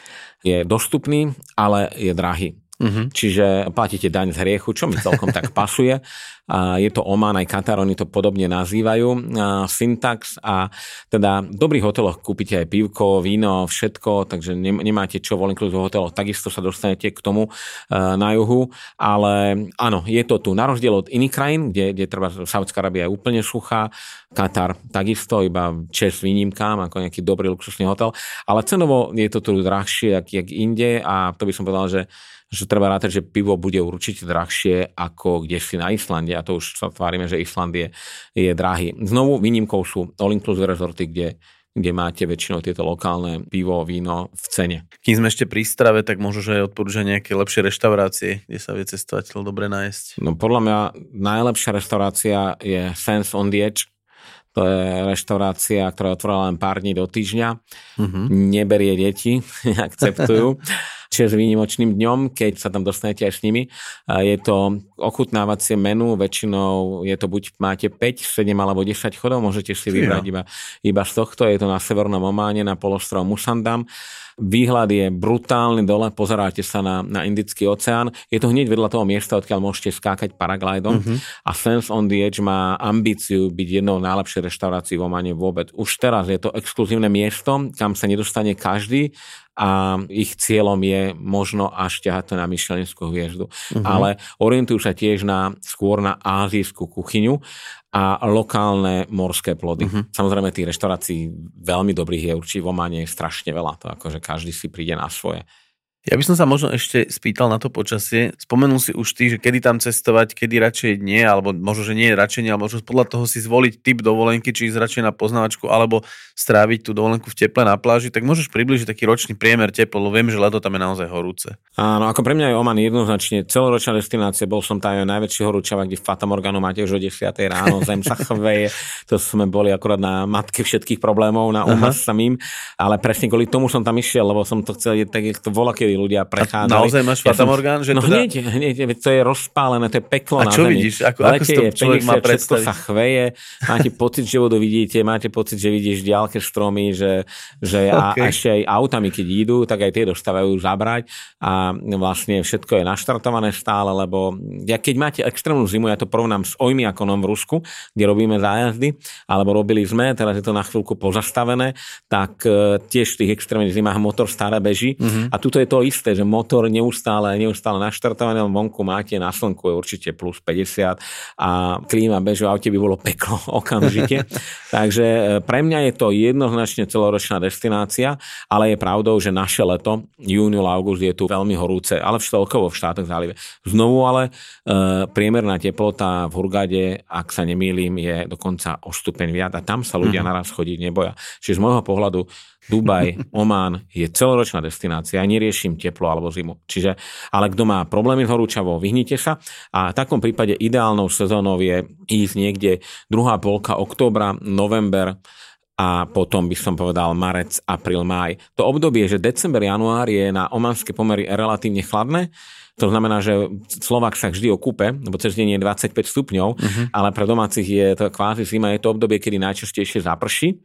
je dostupný, ale je drahý. Uh-huh. Čiže platíte daň z hriechu, čo mi celkom tak pasuje. A je to Oman, aj Katar, oni to podobne nazývajú, syntax a teda v dobrých hoteloch kúpite aj pivko, víno, všetko, takže nemáte čo v all-inclusive hoteloch, takisto sa dostanete k tomu na juhu, ale áno, je to tu, na rozdiel od iných krajín, kde, kde treba Saudská Arábia je úplne suchá, Katar takisto, iba čest výnimkám, ako nejaký dobrý luxusný hotel, ale cenovo je to tu drahšie, jak, jak inde a to by som povedal, že že treba rátať, že pivo bude určite drahšie ako kdesi na Islande a to už sa tvárime, že Island je, je drahý. Znovu výnimkou sú all-inclusive resorty, kde, kde máte väčšinou tieto lokálne pivo, víno v cene. Kým sme ešte pri strave, tak možno, že aj odporúčať nejaké lepšie reštaurácie, kde sa vie cestovateľ dobre nájsť. No podľa mňa najlepšia reštaurácia je Sands on the Edge. To je reštaurácia, ktorá otvorila len pár dní do týždňa. Uh-huh. Neberie deti, akceptujú. čiže s výnimočným dňom, keď sa tam dostanete aj s nimi. Je to ochutnávacie menu, väčšinou je to buď máte päť, sedem alebo desať chodov, môžete si vybrať iba, iba z tohto. Je to na Severnom Ománe, na polostrove Musandam. Výhľad je brutálny dole, pozeráte sa na, na Indický oceán. Je to hneď vedľa toho miesta, odkiaľ môžete skákať paraglidom. Uh-huh. A Sands on the Edge má ambíciu byť jednou najlepších reštaurácií v Omane vôbec. Už teraz je to exkluzívne miesto, kam sa nedostane každý a ich cieľom je možno až ťahať to na Michelinskú hviezdu. Uh-huh. Ale orientujú sa tiež na, skôr na ázijskú kuchyňu a lokálne morské plody. Uh-huh. Samozrejme, tých reštaurácií veľmi dobrých je určite v Omane strašne veľa. To akože každý si príde na svoje. Ja by som sa možno ešte spýtal na to počasie. Spomenul si už ty, že kedy tam cestovať, kedy radšej nie, alebo možno, že nie je radšej nie, ale možno podľa toho si zvoliť typ dovolenky, či ísť radšej na poznávačku, alebo stráviť tú dovolenku v teple na pláži, tak môžeš približiť taký ročný priemer teplo, lebo viem, že leto tam je naozaj horúce. Áno, ako pre mňa je Oman jednoznačne celoročná destinácia. Bol som tam aj najväčší horúčava, kde v Fata Morganu máte už o desiatej ráno, zem sa chveje. To sme boli akurát na matke všetkých problémov, na úmaz samým, ale presne kvôli tomu som tam išiel, lebo som to chcel tak, jak to volá, kedy ľudia prechádzali. A naozaj máš Fata Morgan? Že no teda... hneď, hneď, to je rozpálené, to je peklo na zemi. A čo vidíš? Ako, ako si to človek má predstaviť? Všetko sa chveje, máte pocit, že vodu vidíte, máte pocit, že vidíš v diaľke stromy, že, že okay. a, a ešte aj autami, keď idú, tak aj tie dostávajú zabrať a vlastne všetko je naštartované stále, lebo ja keď máte extrémnu zimu, ja to porovnám s Oymyakonom v Rusku, kde robíme zájazdy, alebo robili sme, teraz je to na chvíľku pozastavené, tak tiež v tých extrémnych zimách motor stále beží mm-hmm. a tuto je to isté, že motor neustále, neustále naštartovaný, vonku máte na slnku je určite plus päťdesiat a klíma beží, v aute by bolo peklo okamžite. Takže pre mňa je to jednoznačne celoročná destinácia, ale je pravdou, že naše leto, júniu, august je tu veľmi horúce, ale v celkovo v štátoch zálive. Znovu ale e, priemerná teplota v Hurghade, ak sa nemýlim, je dokonca o stupeň viac a tam sa ľudia mm-hmm. naraz chodiť neboja. Čiže z môjho pohľadu Dubaj, Oman je celoročná destinácia, ja neriešim teplo alebo zimu. Čiže, ale kto má problémy s horúčavou, vyhnite sa a v takom prípade ideálnou sezónou je ísť niekde druhá polka októbra, november a potom by som povedal marec, apríl, máj. To obdobie, že december, január je na omanské pomery relatívne chladné. To znamená, že Slovák sa vždy okúpe, lebo cez deň je dvadsaťpäť stupňov, uh-huh. ale pre domácich je to kvázi zima, je to obdobie, kedy najčastejšie zaprší.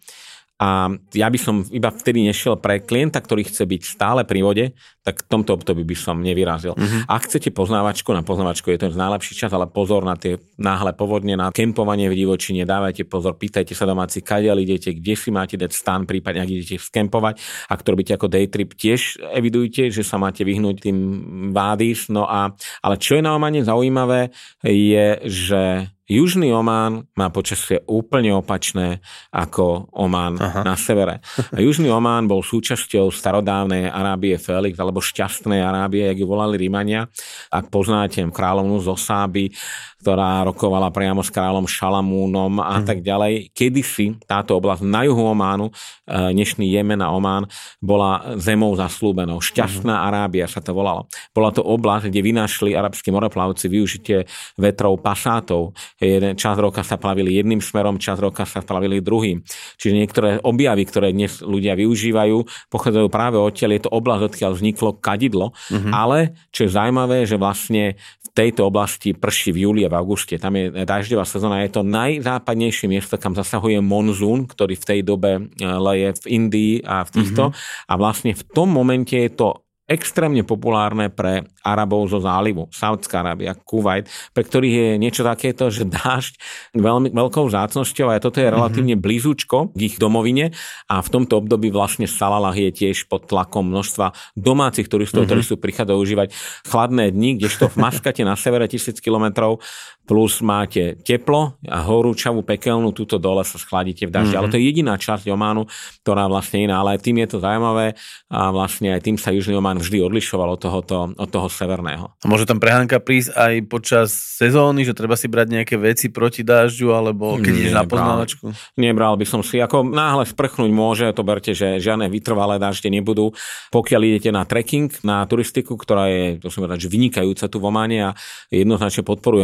A ja by som iba vtedy nešiel pre klienta, ktorý chce byť stále pri vode, tak v tomto období by som nevyrazil. Uh-huh. Ak chcete poznávačku, na poznávačku je to najlepší čas, ale pozor na tie náhle povodne, na kempovanie v divočine, dávajte pozor, pýtajte sa domáci, kadiaľ idete, kde si máte dať stan, prípadne ak idete skempovať. Ak to robíte ako day trip, tiež evidujte, že sa máte vyhnúť tým vádis. No a, ale čo je na Omane zaujímavé, je, že Južný Omán má počasie úplne opačné ako Omán Aha. na severe. A Južný Omán bol súčasťou starodávnej Arábie Felix, alebo šťastnej Arábie, jak ju volali Rímania. Ak poznáte kráľovnú zo Sáby, ktorá rokovala priamo s kráľom Šalamúnom a mm. tak ďalej. Kedysi táto oblasť na juhu Ománu, dnešný Jemen a Omán, bola zemou zaslúbenou. Šťastná mm. Arábia sa to volalo. Bola to oblasť, kde vynašli arabskí moreplavci využitie vetrov pasátov. Jeden čas roka sa plavili jedným smerom, čas roka sa plavili druhým. Čiže niektoré objavy, ktoré dnes ľudia využívajú, pochádzajú práve odtiaľ. Je to oblasť, odkiaľ vzniklo kadidlo. Mm-hmm. Ale, čo je zaujímavé, že vlastne v tejto oblasti prší v júli a v auguste. Tam je dažďová sezóna. Je to najzápadnejšie miesto, kam zasahuje monzún, ktorý v tej dobe leje v Indii a v týchto. Mm-hmm. A vlastne v tom momente je to extrémne populárne pre Arabov zo zálivu, Saudská Arábia, Kuvajt, pre ktorých je niečo takéto, že dážď veľmi veľkou vzácnosťou a toto je relatívne blízučko k ich domovine a v tomto období vlastne Salalah je tiež pod tlakom množstva domácich turistov, mm-hmm. ktorí sú prichádzajú užívať chladné dni, kdežto v Maskate na severe tisíc kilometrov plus máte teplo a horúčavú pekelnú, túto dole sa schladíte v daždi. Mm-hmm. Ale to je jediná časť Ománu, ktorá vlastne iná, ale tým je to zaujímavé a vlastne aj tým sa Južný Omán vždy odlišoval od, tohoto, od toho severného. A môže tam prehánka prísť aj počas sezóny, že treba si brať nejaké veci proti dážďu, alebo keď ideš na poznávačku? Nebral by som si. Ako náhle sprchnúť môže, to berte, že žiadne vytrvalé dážde nebudú. Pokiaľ idete na trekking, na turistiku, ktorá je, to som povedať, že vynikajúca tu v Ománe a jednoznačne podporujeme tieto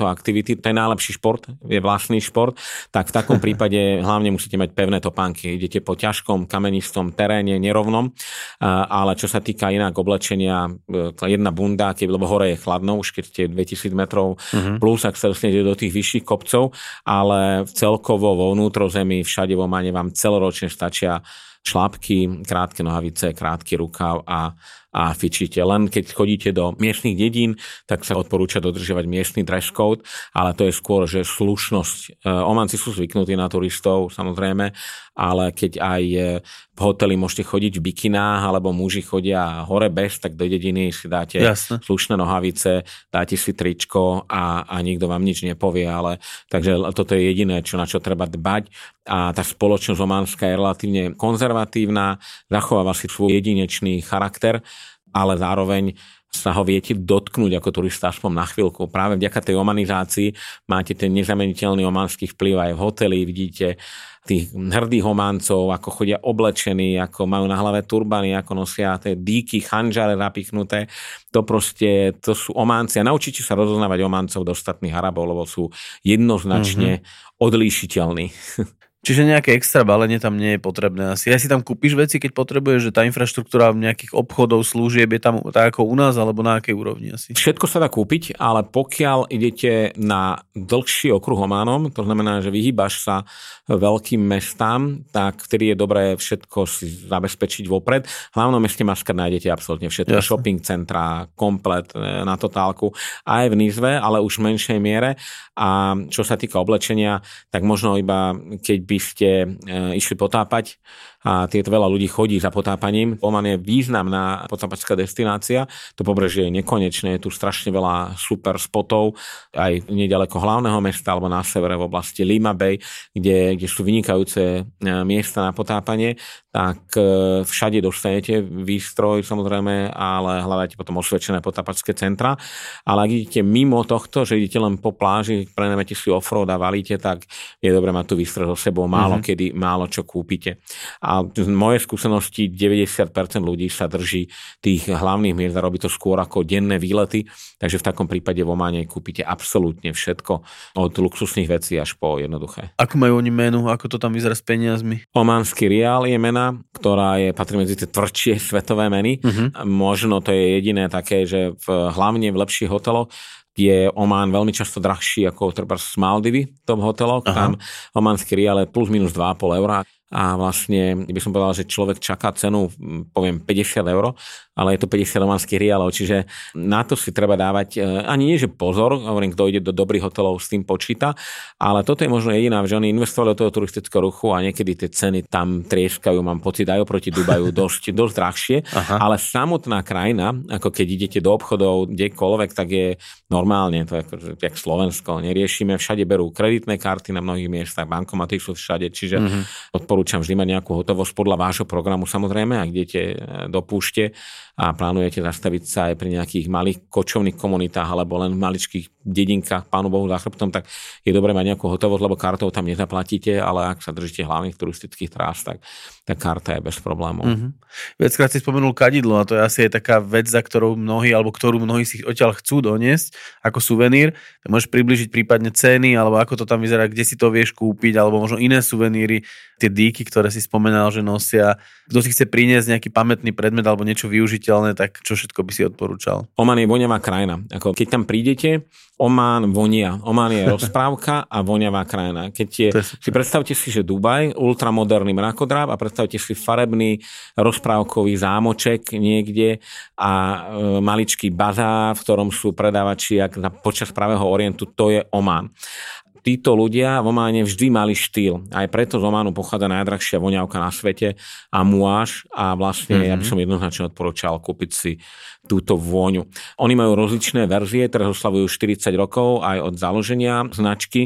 takéto aktivity, to je najlepší šport, je vlastný šport, tak v takom prípade hlavne musíte mať pevné topánky. Idete po ťažkom, kamenistom teréne, nerovnom, ale čo sa týka inak oblečenia, jedna bunda, keď, lebo hore je chladno, už keď ste dvetisíc metrov uh-huh. plus, ak sa dostanete do tých vyšších kopcov, ale celkovo vo vnútrozemí, všade vo Omane vám celoročne stačia šlápky, krátke nohavice, krátky rukav a, a fičíte. Len keď chodíte do miestnych dedín, tak sa odporúča dodržiavať miestny dress code, ale to je skôr, že slušnosť. Omanci sú zvyknutí na turistov, samozrejme, ale keď aj v hoteli môžete chodiť v bikinách, alebo muži chodia hore bez, tak do dediny si dáte Jasne. slušné nohavice, dáte si tričko a, a nikto vám nič nepovie, ale takže toto je jediné, čo, na čo treba dbať. A tá spoločnosť ománska je relatívne konzervatívna, zachováva si svoj jedinečný charakter, ale zároveň sa ho viete dotknúť ako turista aspoň na chvíľku. Práve vďaka tej omanizácii máte ten nezameniteľný omanský vplyv aj v hoteli, vidíte tých hrdých Ománcov, ako chodia oblečení, ako majú na hlave turbany, ako nosia tie dýky, chanžare napichnuté. To proste, to sú Ománci. A naučíte sa rozoznávať Ománcov do ostatných Arabov, lebo sú jednoznačne mm-hmm. odlíšiteľní. Čiže nejaké extra balenie tam nie je potrebné asi. Ja si tam kúpiš veci, keď potrebuješ, že tá infraštruktúra nejakých obchodov, služieb je tam tak ako u nás, alebo na akej úrovni asi? Všetko sa dá kúpiť, ale pokiaľ idete na dlhší okruh Ománom, to znamená, že vyhýbaš sa veľkým mestám, tak vtedy je dobré všetko si zabezpečiť vopred. V hlavnom meste Maskat nájdete absolútne všetko. Jasne. Shopping centra, komplet na totálku, aj v Nizve, ale už v menšej miere. A čo sa týka oblečenia, tak možno iba keď by ste e, išli potápať a tieto veľa ľudí chodí za potápaním. Oman je významná potápačská destinácia. To pobrežie je nekonečné, je tu strašne veľa super spotov, aj nedaleko hlavného mesta alebo na severe v oblasti Lima Bay, kde, kde sú vynikajúce miesta na potápanie, tak e, všade dostanete výstroj samozrejme, ale hľadáte potom osvedčené potápačské centra. Ale ak idete mimo tohto, že idete len po pláži, prenajmete si offroad a valíte, tak je dobré mať tu výstroj so sebou, málo mm-hmm. kedy, málo čo kúpite. A z mojej skúsenosti deväťdesiat percent ľudí sa drží tých hlavných miest a robí to skôr ako denné výlety, takže v takom prípade v Ománe kúpite absolútne všetko, od luxusných vecí až po jednoduché. Ako majú oni menu, ako to tam vyzerá s peniazmi? Ománsky riál je mena, ktorá je, patrí medzi tie tvrdšie svetové meny. Uh-huh. Možno to je jediné také, že v, hlavne v lepších hoteloch je Omán veľmi často drahší ako treba z Maldivy v tom hoteloch. Aha. Tam ománsky riál je plus minus dva a pol eura. A vlastne, by som povedal, že človek čaká cenu, poviem, päťdesiat eur, ale je to päťdesiat ománskych riálov, čiže na to si treba dávať, ani nie, že pozor, hovorím, kto ide do dobrých hotelov, s tým počíta, ale toto je možno jediná, že oni investovali do toho turistického ruchu a niekedy tie ceny tam trieskajú, mám pocit, aj oproti Dubaju dosť, dosť drahšie, Aha. ale samotná krajina, ako keď idete do obchodov kdekoľvek, tak je normálne, to je ako, jak Slovensko, neriešime, všade berú kreditné karty na mnohých miestach, bankomaty sú všade, čiže mm-hmm. odporúčam vždy mať nejakú hotovosť podľa vášho programu, samozrejme, ak idete do púšte a plánujete zastaviť sa aj pri nejakých malých kočovných komunitách alebo len v maličkých dedinkách, pánu Bohu za chrbtom, tak je dobré mať nejakú hotovosť, lebo kartou tam nezaplatíte, ale ak sa držíte hlavných turistických trás, tak tá karta je bez problémov. Mm-hmm. Viackrát si spomenul kadidlo a to je asi aj taká vec, za ktorou mnohí, alebo ktorú mnohí si odtiaľ chcú doniesť ako suvenír. Môžeš približiť prípadne ceny, alebo ako to tam vyzerá, kde si to vieš kúpiť, alebo možno iné suveníry, tie dýky, ktoré si spomenal, že nosia. Kto si chce priniesť nejaký pamätný predmet alebo niečo využiteľné, tak čo všetko by si odporúčal? Oman je voňavá krajina. Ako keď tam prídete, Oman vonia. Oman je rozprávka a voňavá krajina. Keď je, si predstavte si, že Dubaj, ultramoderný mrakodrap a predstavte si farebný rozprávkový zámoček niekde a e, maličký bazár, v ktorom sú predávači jak na, počas pravého orientu, to je Oman. Títo ľudia v Ománe vždy mali štýl. Aj preto z Ománu pochádza najdrahšia voňavka na svete a muáž a vlastne mm-hmm. ja by som jednoznačne odporúčal kúpiť si túto vôňu. Oni majú rozličné verzie, ktoré oslavujú štyridsať rokov aj od založenia značky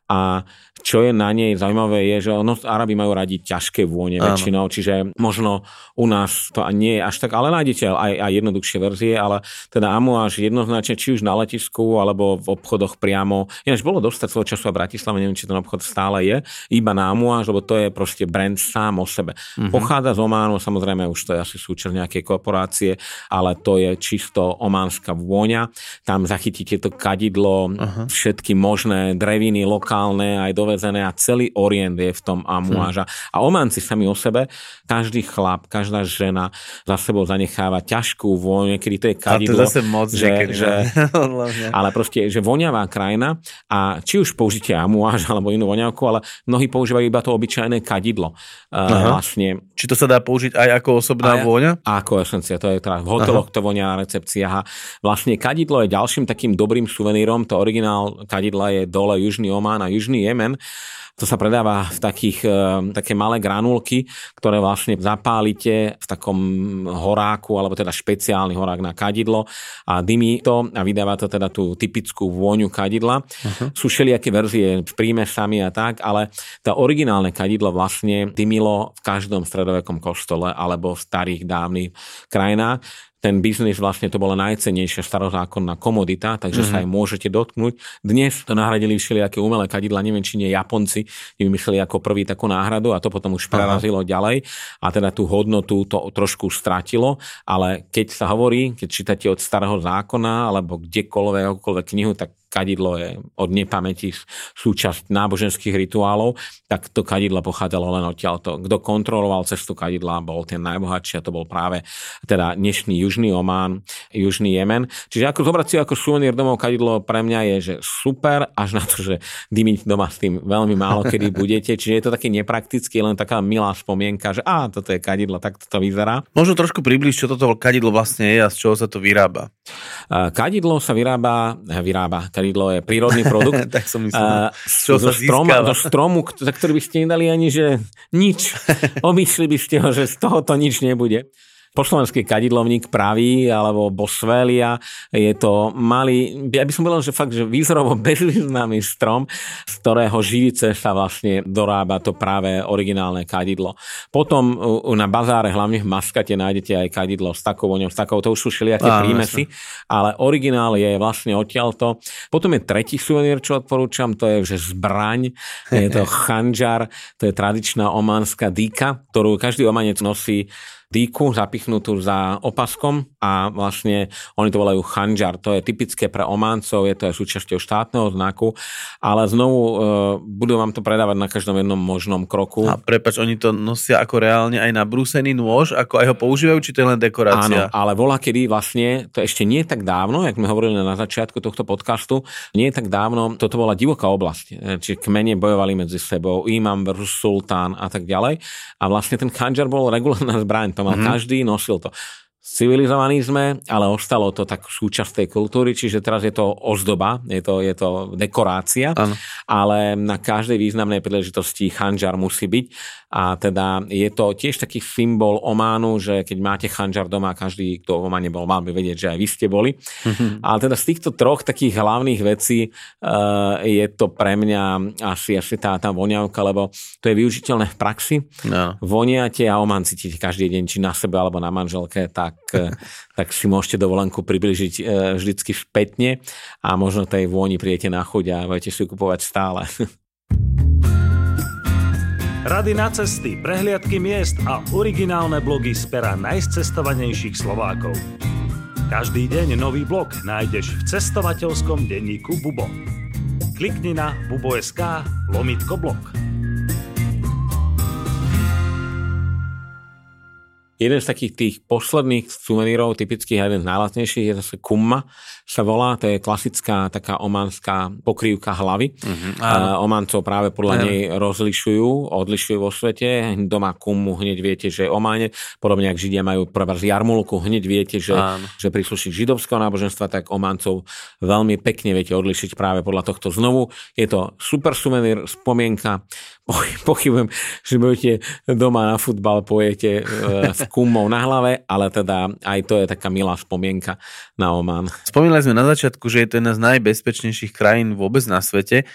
a čo je na nej zaujímavé je, že ono, Arabi majú radi ťažké vône väčšinou, čiže možno u nás to nie je až tak, ale nájdete aj, aj jednoduchšie verzie, ale teda amouage jednoznačne, či už na letisku, alebo v obchodoch priamo. Ináč bolo dostať svojho času a Bratislava, neviem, či ten obchod stále je, iba na amouage, lebo to je proste brand sám o sebe. Mm-hmm. Pochádza z Ománu, samozrejme už to je asi súčasť nejakej korporácie, ale to je čisto ománska vôňa. Tam zachytíte to kadidlo, uh-huh. všetky možné dreviny lokálne, aj dovezené a celý orient je v tom amouage. Hmm. A Ománci sami o sebe, každý chlap, každá žena za sebou zanecháva ťažkú vôňu, kedy to je kadidlo. A to zase moc že, že, ale proste, že voňavá krajina a či už použite amouage alebo inú voňavku, ale mnohí používajú iba to obyčajné kadidlo. Uh, vlastne. Či to sa dá použiť aj ako osobná aj, vôňa? Ako esencia, to je teda v hoteloch, to vonia na recepciách. A vlastne kadidlo je ďalším takým dobrým suvenírom. To originál kadidla je dole Južný Omán a Južný Jemen. To sa predáva v takých, také malé granulky, ktoré vlastne zapálite v takom horáku, alebo teda špeciálny horák na kadidlo a dymí to a vydáva to teda tú typickú vôňu kadidla. Uh-huh. Sú všelijaké verzie v prímesami a tak, ale to originálne kadidlo vlastne dymilo v každom stredovekom kostole alebo v starých dávnych krajinách. Ten biznis vlastne to bola najcennejšia starozákonná komodita, takže mm-hmm. sa aj môžete dotknúť. Dnes to nahradili všelijaké umelé kadidla, neviem, či nie Japonci vymysleli ako prvý takú náhradu a to potom už prerazilo Aha. ďalej a teda tú hodnotu to trošku stratilo, ale keď sa hovorí, keď čítate od starého zákona alebo kdekoľvek, akokoľvek knihu, tak kadidlo je od nepamäti súčasť náboženských rituálov, tak to kadidlo pochádzalo len odtiaľto. Kto kontroloval cestu kadidla, bol ten najbohatší a to bol práve teda dnešný Južný Omán, Južný Jemen. Čiže ako zobrať si ako suvenír domov kadidlo pre mňa je, že super, až na to, že dymiť doma s tým veľmi málo kedy budete. Čiže je to taký nepraktický, len taká milá spomienka, že á, toto je kadidlo, tak to vyzerá. Možno trošku približ, čo toto kadidlo vlastne je a z čoho sa to vyrába. Kadidlo sa vyrába, vyrába kadidlo je prírodný produkt. Tak som myslel. Čo zo, strom, zo stromu, za ktorý by ste nedali ani, že nič. Omyšli by ste ho, že z tohoto nič nebude. Po slovenský kadidlovník pravý, alebo boswellia, je to malý, ja by som povedal, že fakt, že výzorovo bezvýznamný strom, z ktorého živice sa vlastne dorába to práve originálne kadidlo. Potom na bazáre, hlavne v Maskate, nájdete aj kadidlo s takou voňou, s takou, to už sú všelijaké prímesy, ale originál je vlastne odtiaľto. Potom je tretí suvenír, čo odporúčam, to je že zbraň, je to khandžar, to je tradičná ománska dýka, ktorú každý Omanec nosí dýku zapichnutú za opaskom a vlastne oni to volajú khandžar. To je typické pre Ománcov, je to aj súčasťou štátneho znaku, ale znovu e, budú vám to predávať na každom jednom možnom kroku. A prepáč, oni to nosia ako reálne aj na brúsený nôž, ako aj ho používajú, či to je len dekorácia? Áno, ale volá kedy vlastne, to ešte nie tak dávno, jak sme hovorili na začiatku tohto podcastu, nie tak dávno, toto bola divoká oblasť, čiže kmene bojovali medzi sebou, imam versus sultán a tak ďalej a vlastne ten khandžar bol regulárna zbraň. To mal mm-hmm. každý, nosil to. Civilizovaní sme, ale ostalo to tak súčasť tej kultúry, čiže teraz je to ozdoba, je to, je to dekorácia, ano. Ale na každej významnej príležitosti khandžar musí byť a teda je to tiež taký symbol Ománu, že keď máte khandžar doma, každý, kto v Ománe bol, mal by vedieť, že aj vy ste boli. Mm-hmm. Ale teda z týchto troch takých hlavných vecí uh, je to pre mňa asi, asi tá, tá voňavka, lebo to je využiteľné v praxi. No. Voniate a Omán cítite každý deň, či na sebe alebo na manželke, tak Tak, tak si môžete dovolenku približiť e, vždycky spätne a možno tej vôni prídete na chuť a budete si ju kupovať stále. Rady na cesty, prehliadky miest a originálne blogy z pera najcestovanejších Slovákov. Každý deň nový blog nájdeš v cestovateľskom denníku Bubo. Klikni na bubo.sk lomitko blog. Jeden z takých tých posledných suvenírov, typických a jeden z najlacnejších, je zase kumma, sa volá, to je klasická taká ománska pokrývka hlavy. Uh-huh. Uh, Ománcov práve podľa uh-huh. nej rozlišujú, odlišujú vo svete. Doma kummu hneď viete, že je Ománe, podobne ako Židia majú prvá z jarmulku, hneď viete, že, uh-huh. že prísluší židovského náboženstva, tak Ománcov veľmi pekne viete odlišiť práve podľa tohto. Znovu je to super suvenír, spomienka. Pochybujem, že budete doma na futbal, pojete s kummou na hlave, ale teda aj to je taká milá spomienka na Omán. Spomínali sme na začiatku, že je to jedna z najbezpečnejších krajín vôbec na svete.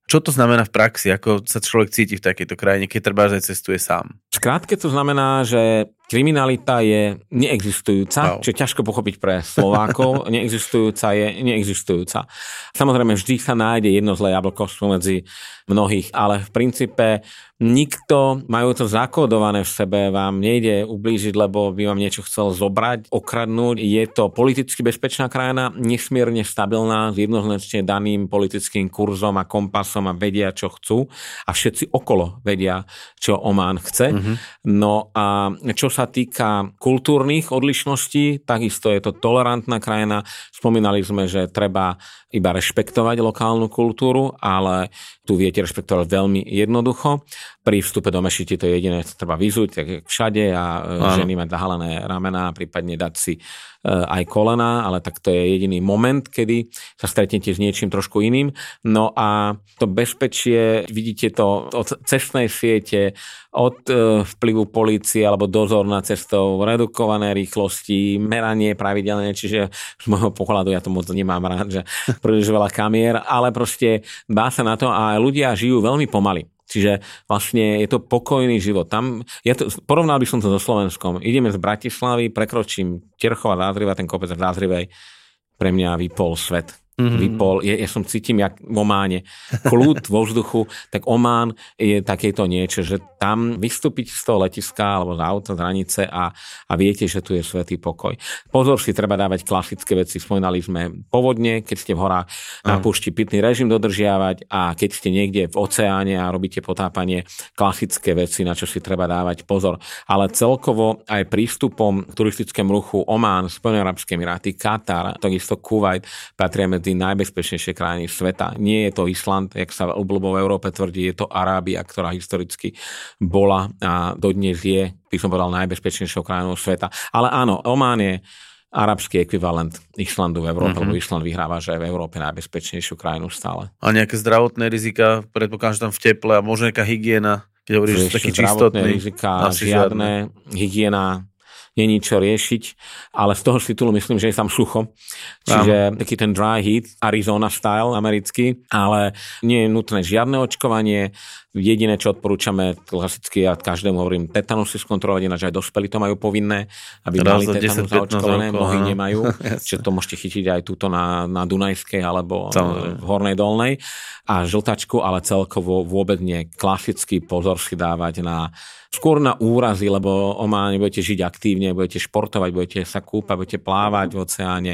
Čo to znamená v praxi? Ako sa človek cíti v takejto krajine, keď treba aj cestuje sám? Skrátke to znamená, že kriminalita je neexistujúca, wow. Čo je ťažko pochopiť pre Slovákov. Neexistujúca je neexistujúca. Samozrejme, vždy sa nájde jedno zlé jablko spomedzi mnohých, ale v princípe nikto, majú to zakódované v sebe, vám nejde ublížiť, lebo by vám niečo chcel zobrať, okradnúť. Je to politicky bezpečná krajina, nesmierne stabilná, s jednoznačne daným politickým kurzom a kompasom a vedia, čo chcú. A všetci okolo vedia, čo Omán chce. Mm-hmm. No a čo sa týka kultúrnych odlišností, takisto je to tolerantná krajina. Spomínali sme, že treba iba rešpektovať lokálnu kultúru, ale tu viete rešpektovať veľmi jednoducho. Pri vstupe do mešity to je jediné, čo treba vyzuť, tak všade a Áno. ženy mať zahalené ramená, prípadne dať si aj kolená, ale tak to je jediný moment, kedy sa stretnete s niečím trošku iným. No a to bezpečie, vidíte to od cestnej siete, od vplyvu polície alebo dozor na cestou, redukované rýchlosti, meranie pravidelne, čiže z môjho pohľadu ja to moc nemám rád, že príliš veľa kamier, ale proste dá sa na to a ľudia žijú veľmi pomaly. Čiže vlastne je to pokojný život. Tam, ja to, porovnal by som to so Slovenskom. Ideme z Bratislavy, prekročím Terchov a Zázriva, ten kopec v Zázrivej, pre mňa vypol svet. Mm-hmm. Vypol, ja, ja som cítim jak v Ománe. Kľud vo vzduchu, tak Omán je takéto niečo, že tam vystúpiť z toho letiska alebo z auta, z hranice a, a viete, že tu je svätý pokoj. Pozor si treba dávať klasické veci. Spomínali sme povodne, keď ste v horách na púšti, pitný režim dodržiavať a keď ste niekde v oceáne a robíte potápanie, klasické veci, na čo si treba dávať pozor. Ale celkovo aj prístupom k turistickému ruchu Omán, Spojené arabské emiráty, Katar, takisto Kuvajt patria medzi najbezpečnejšie krajiny sveta. Nie je to Island, jak sa obľúbo v Európe tvrdí, je to Arábia, ktorá historicky bola a dodnes je, by som povedal, najbezpečnejšou krajinou sveta. Ale áno, Omán je arabský ekvivalent Islandu v Európe, mm-hmm. lebo Island vyhráva, že je v Európe najbezpečnejšiu krajinu stále. A nejaké zdravotné rizika, predpokladám, že tam v teple a možno nejaká hygiena, keď hovoríš, že taký čistotný. Rizika, žiadne, hygiena, není čo riešiť, ale z toho titulu myslím, že je tam sucho. Čiže Áno. taký ten dry heat, Arizona style americký, ale nie je nutné žiadne očkovanie. Jediné, čo odporúčame, klasicky ja každému hovorím, tetanus si skontrolovať, ináč aj dospelí to majú povinné, aby Raz mali tetanus zaočkované, mnohí nemajú. Čiže to môžete chytiť aj túto na, na Dunajskej alebo Samozrejme. v Hornej Dolnej. A žltačku, ale celkovo vôbec nie. Klasický pozor si dávať na skôr na úrazy, lebo Omán budete žiť aktívne, budete športovať, budete sa kúpať, budete plávať v oceáne,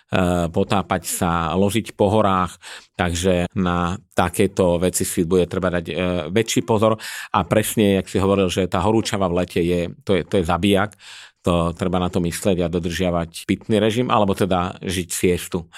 potápať sa, ložiť po horách, takže na takéto veci si bude treba dať väčší pozor a presne, jak si hovoril, že tá horúčava v lete je, to je, to je zabijak, to treba na to mysleť a dodržiavať pitný režim, alebo teda žiť siestu.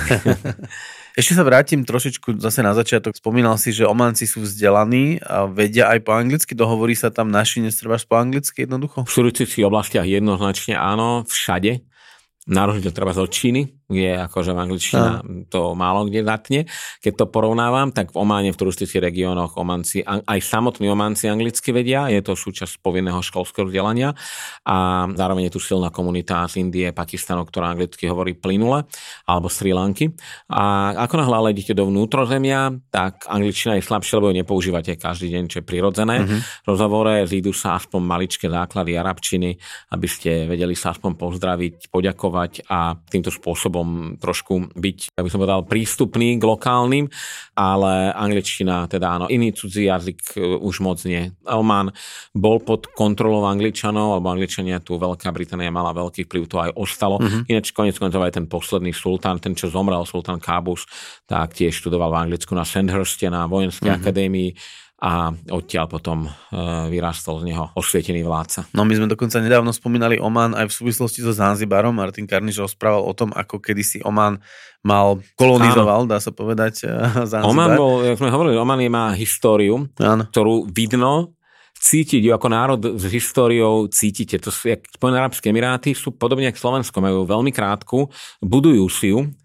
Ešte sa vrátim trošičku zase na začiatok. Spomínal si, že Ománci sú vzdelaní a vedia aj po anglicky. Dohovorí sa tam naši, nestrebáš po anglicky jednoducho? V turistických oblastiach jednoznačne áno, všade. Na rozdiel treba z Číny, kde akože v angličtina to málo kde zatne. Keď to porovnávam, tak v Ománe, v turistických regiónoch Ománci, aj samotní Ománci anglicky vedia, je to súčasť povinného školského vzdelania a zároveň je tu silná komunita z Indie, Pakistanu, ktorá anglicky hovorí plynule, alebo Sri Lanky. A ako náhle ale idete do vnútrozemia, tak angličtina je slabšia, lebo ju nepoužívate každý deň, čo je prirodzené. Mm-hmm. V rozhovore zídu sa aspoň maličké základy arabčiny, aby ste vedeli sa aspoň pozdraviť, poďakovať a týmto spôsobom trošku byť, aby som povedal, prístupný k lokálnym, ale angličtina, teda áno, iný cudzí jazyk už moc nie. Omán bol pod kontrolou Angličanov, alebo Angličania tu, Veľká Británia mala veľký vplyv, to aj ostalo. Mm-hmm. Ináč konec koncov aj ten posledný sultán, ten, čo zomrel, sultán Kábus, tak tiež študoval v Anglicku na Sandhurste, na vojenskej mm-hmm. akadémii a odtiaľ potom e, vyrástol z neho osvietený vládca. No my sme dokonca nedávno spomínali Omán aj v súvislosti so Zanzibarom. Martin Karniš rozprával o tom, ako kedysi Omán mal kolonizoval, Áno. dá sa povedať, Zanzibar. Omán bol, jak sme hovorili, Omán má históriu, Áno. ktorú vidno, cítiť ju ako národ s históriou, cítite. To sú, jak Spojené arabské emiráty sú podobne ako Slovensko, majú veľmi krátku, budujú si ju,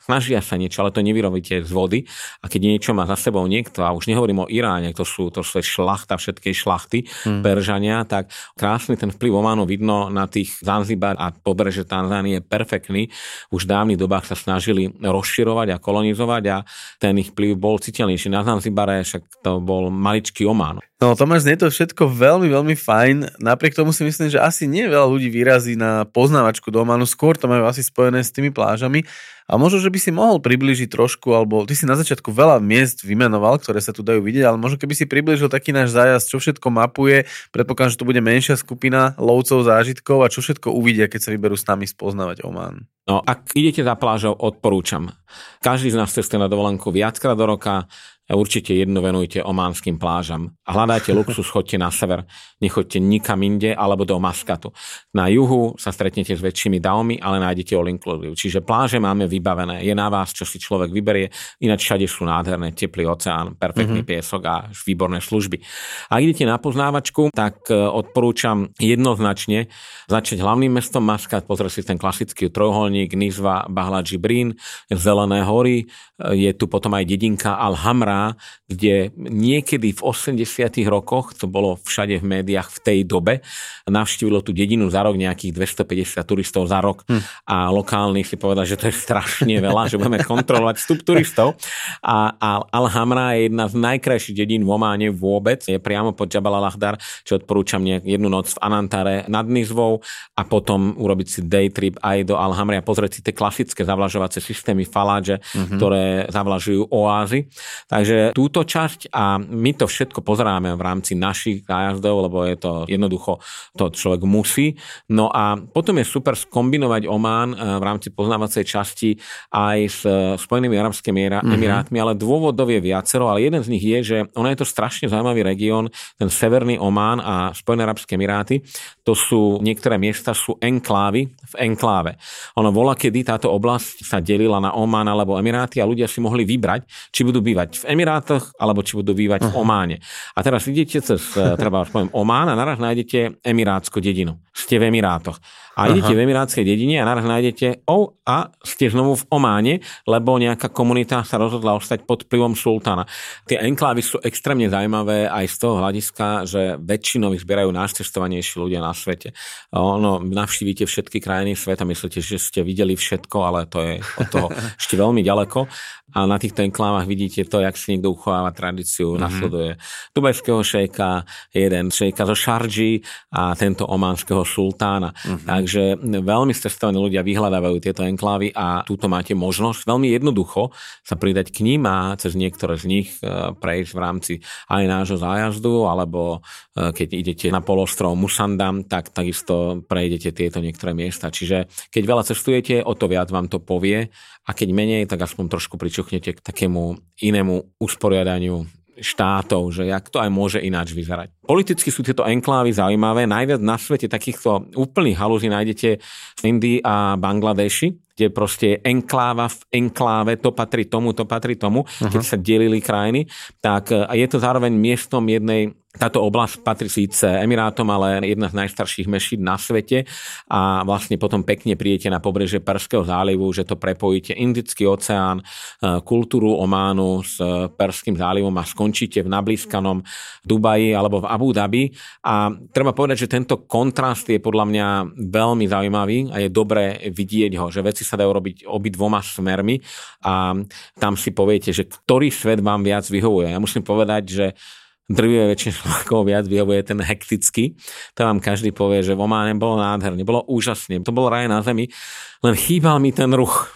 snažia sa niečo, ale to nevyrobíte z vody. A keď niečo má za sebou niekto, a už nehovorím o Iráne, to sú, to sú šlachta všetkej šlachty, hmm. Peržania, tak krásny ten vplyv Ománu vidno na tých Zanzibar a pobreže Tanzánie je perfektný. Už v dávnych dobách sa snažili rozširovať a kolonizovať a ten ich vplyv bol citeľnejší. Na Zanzibare však to bol maličký Omán. No Tomáš, znie to všetko veľmi, veľmi fajn. Napriek tomu si myslím, že asi nie veľa ľudí vyrazí na poznávačku do Ománu. Skôr to majú asi spojené s tými plážami. A možno, že by si mohol priblížiť trošku, alebo ty si na začiatku veľa miest vymenoval, ktoré sa tu dajú vidieť, ale možno keby si priblížil taký náš zájazd, čo všetko mapuje, predpokladám, že to bude menšia skupina lovcov zážitkov a čo všetko uvidia, keď sa vyberú s nami spoznávať Omán. No, ak idete za plážou, odporúčam. Každý z nás cestuje na dovolenku viackrát do roka. Určite jednu venujte ománskym plážam. A hľadajte luxus, choďte na sever. Nechoďte nikam inde alebo do Maskatu. Na juhu sa stretnete s väčšími daumi, ale nájdete all inclusive. Čiže pláže máme vybavené. Je na vás, čo si človek vyberie. Ináč všade sú nádherné, teplý oceán, perfektný mm-hmm. piesok a výborné služby. Ak idete na poznávačku, tak odporúčam jednoznačne začať hlavným mestom Maskat, pozrieť si ten klasický trojuholník Nizwa, Bahla Džibrín, Zelené hory. Je tu potom aj dedinka Al-Hamra, kde niekedy v osemdesiatych rokoch, to bolo všade v médiách v tej dobe, navštívilo tú dedinu za rok nejakých dvestopäťdesiat turistov za rok hm. a lokálni si povedali, že to je strašne veľa, že budeme kontrolovať vstup turistov. A, a Al-Hamra je jedna z najkrajších dedín v Ománe vôbec, je priamo pod Jabal al-Akhdar, čo odporúčam jednu noc v Anantare nad Nizvou a potom urobiť si day trip aj do Al-Hamry a pozrieť si tie klasické zavlažovacie systémy Faladže, mm-hmm. ktoré zavlažujú oázy. Takže túto časť a my to všetko pozeráme v rámci našich zájazdov, lebo je to jednoducho, to človek musí. No a potom je super skombinovať Omán v rámci poznávacej časti aj s Spojenými arabskými emirátmi, mm-hmm. ale dôvodov je viacero, ale jeden z nich je, že ono je to strašne zaujímavý región, ten severný Omán a Spojené arabské emiráty, to sú, niektoré miesta sú enklávy v enkláve. Ono bola, kedy táto oblasť sa delila na Omán alebo Emiráty a ľudia si mohli vybrať, či budú bývať v Emirátoch, alebo či budú bývať v Ománe. A teraz idete cez, treba poviem, Omán a naraz nájdete emirátsku dedinu. Ste v Emirátoch. A idete Aha. v emirátskej dedine a naraz nájdete oh, a ste znovu v Ománe, lebo nejaká komunita sa rozhodla ostať pod vplyvom sultána. Tie enklávy sú extrémne zaujímavé aj z toho hľadiska, že väčšinou ich zbierajú najcestovanejší ľudia na svete. Ono, navštívite všetky krajiny sveta, myslíte, že ste videli všetko, ale to je od toho ešte veľmi ďaleko. A na týchto enklávach vidíte to, jak si niekto uchováva tradíciu, mm-hmm. nasleduje dubajského šejka, jeden šejka zo Šardži a tento ománskeho sultána. Mm-hmm. Takže veľmi cestovaní ľudia vyhľadávajú tieto enklávy a túto máte možnosť veľmi jednoducho sa pridať k ním a cez niektoré z nich prejsť v rámci aj nášho zájazdu, alebo keď idete na polostrov Musandam, tak takisto prejdete tieto niektoré miesta. Čiže keď veľa cestujete, o to viac vám to povie a keď menej, tak aspoň trošku pričuchnete k takému inému usporiadaniu štátov, že jak to aj môže ináč vyzerať. Politicky sú tieto enklávy zaujímavé. Najviac na svete takýchto úplných halúzí nájdete v Indii a Bangladeši, kde proste je enkláva v enkláve, to patrí tomu, to patrí tomu, uh-huh. keď sa delili krajiny, tak je to zároveň miestom jednej. Táto oblasť patrí síce Emirátom, ale jedna z najstarších mešít na svete a vlastne potom pekne prídete na pobrežie Perského zálivu, že to prepojíte Indický oceán, kultúru Ománu s Perským zálivom a skončíte v nablískanom Dubaji alebo v Abu Dhabi. A treba povedať, že tento kontrast je podľa mňa veľmi zaujímavý a je dobré vidieť ho, že veci sa dajú robiť obidvoma smermi a tam si poviete, že ktorý svet vám viac vyhovuje. Ja musím povedať, že drvivé väčšine Slovákov viac vyhovuje ten hektický. To vám každý povie, že v Ománe bolo nádherne, bolo úžasne, to bol raj na zemi, len chýbal mi ten ruch.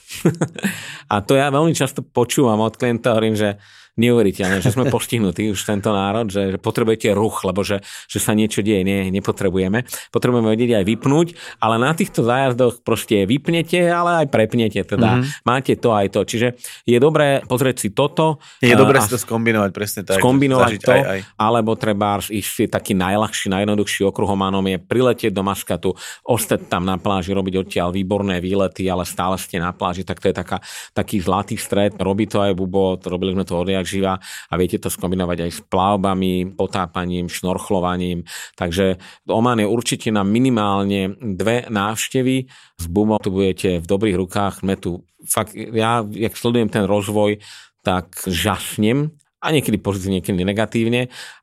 A to ja veľmi často počúvam od klienta, hovorím, že neuveriteľné, že sme postihnutí už tento národ, že, že potrebujete ruch, lebo že, že sa niečo deje, nie, nepotrebujeme. Potrebujeme vedieť aj vypnúť, ale na týchto zájazdoch proste vypnete, ale aj prepnete, teda mm-hmm. máte to aj to. Čiže je dobré pozrieť si toto. Je dobré si to skombinovať, presne tak. Skombinovať to, aj, aj. alebo treba ísť si taký najľahší, najjednoduchší okruh Ománom je priletieť do Maskatu, ostať tam na pláži, robiť odtiaľ výborné výlety, ale stále ste na pláži, tak to je taká, taký zlatý stred. Robí to aj Bubo, robili sme to odjak živa a viete to skombinovať aj s plavbami, potápaním, šnorchlovaním. Takže Oman je určite na minimálne dve návštevy. S Bubom tu budete v dobrých rukách. Sme tu fakt, ja, jak sledujem ten rozvoj, tak žasnem. A niekedy pozitívne, niekedy negatívne,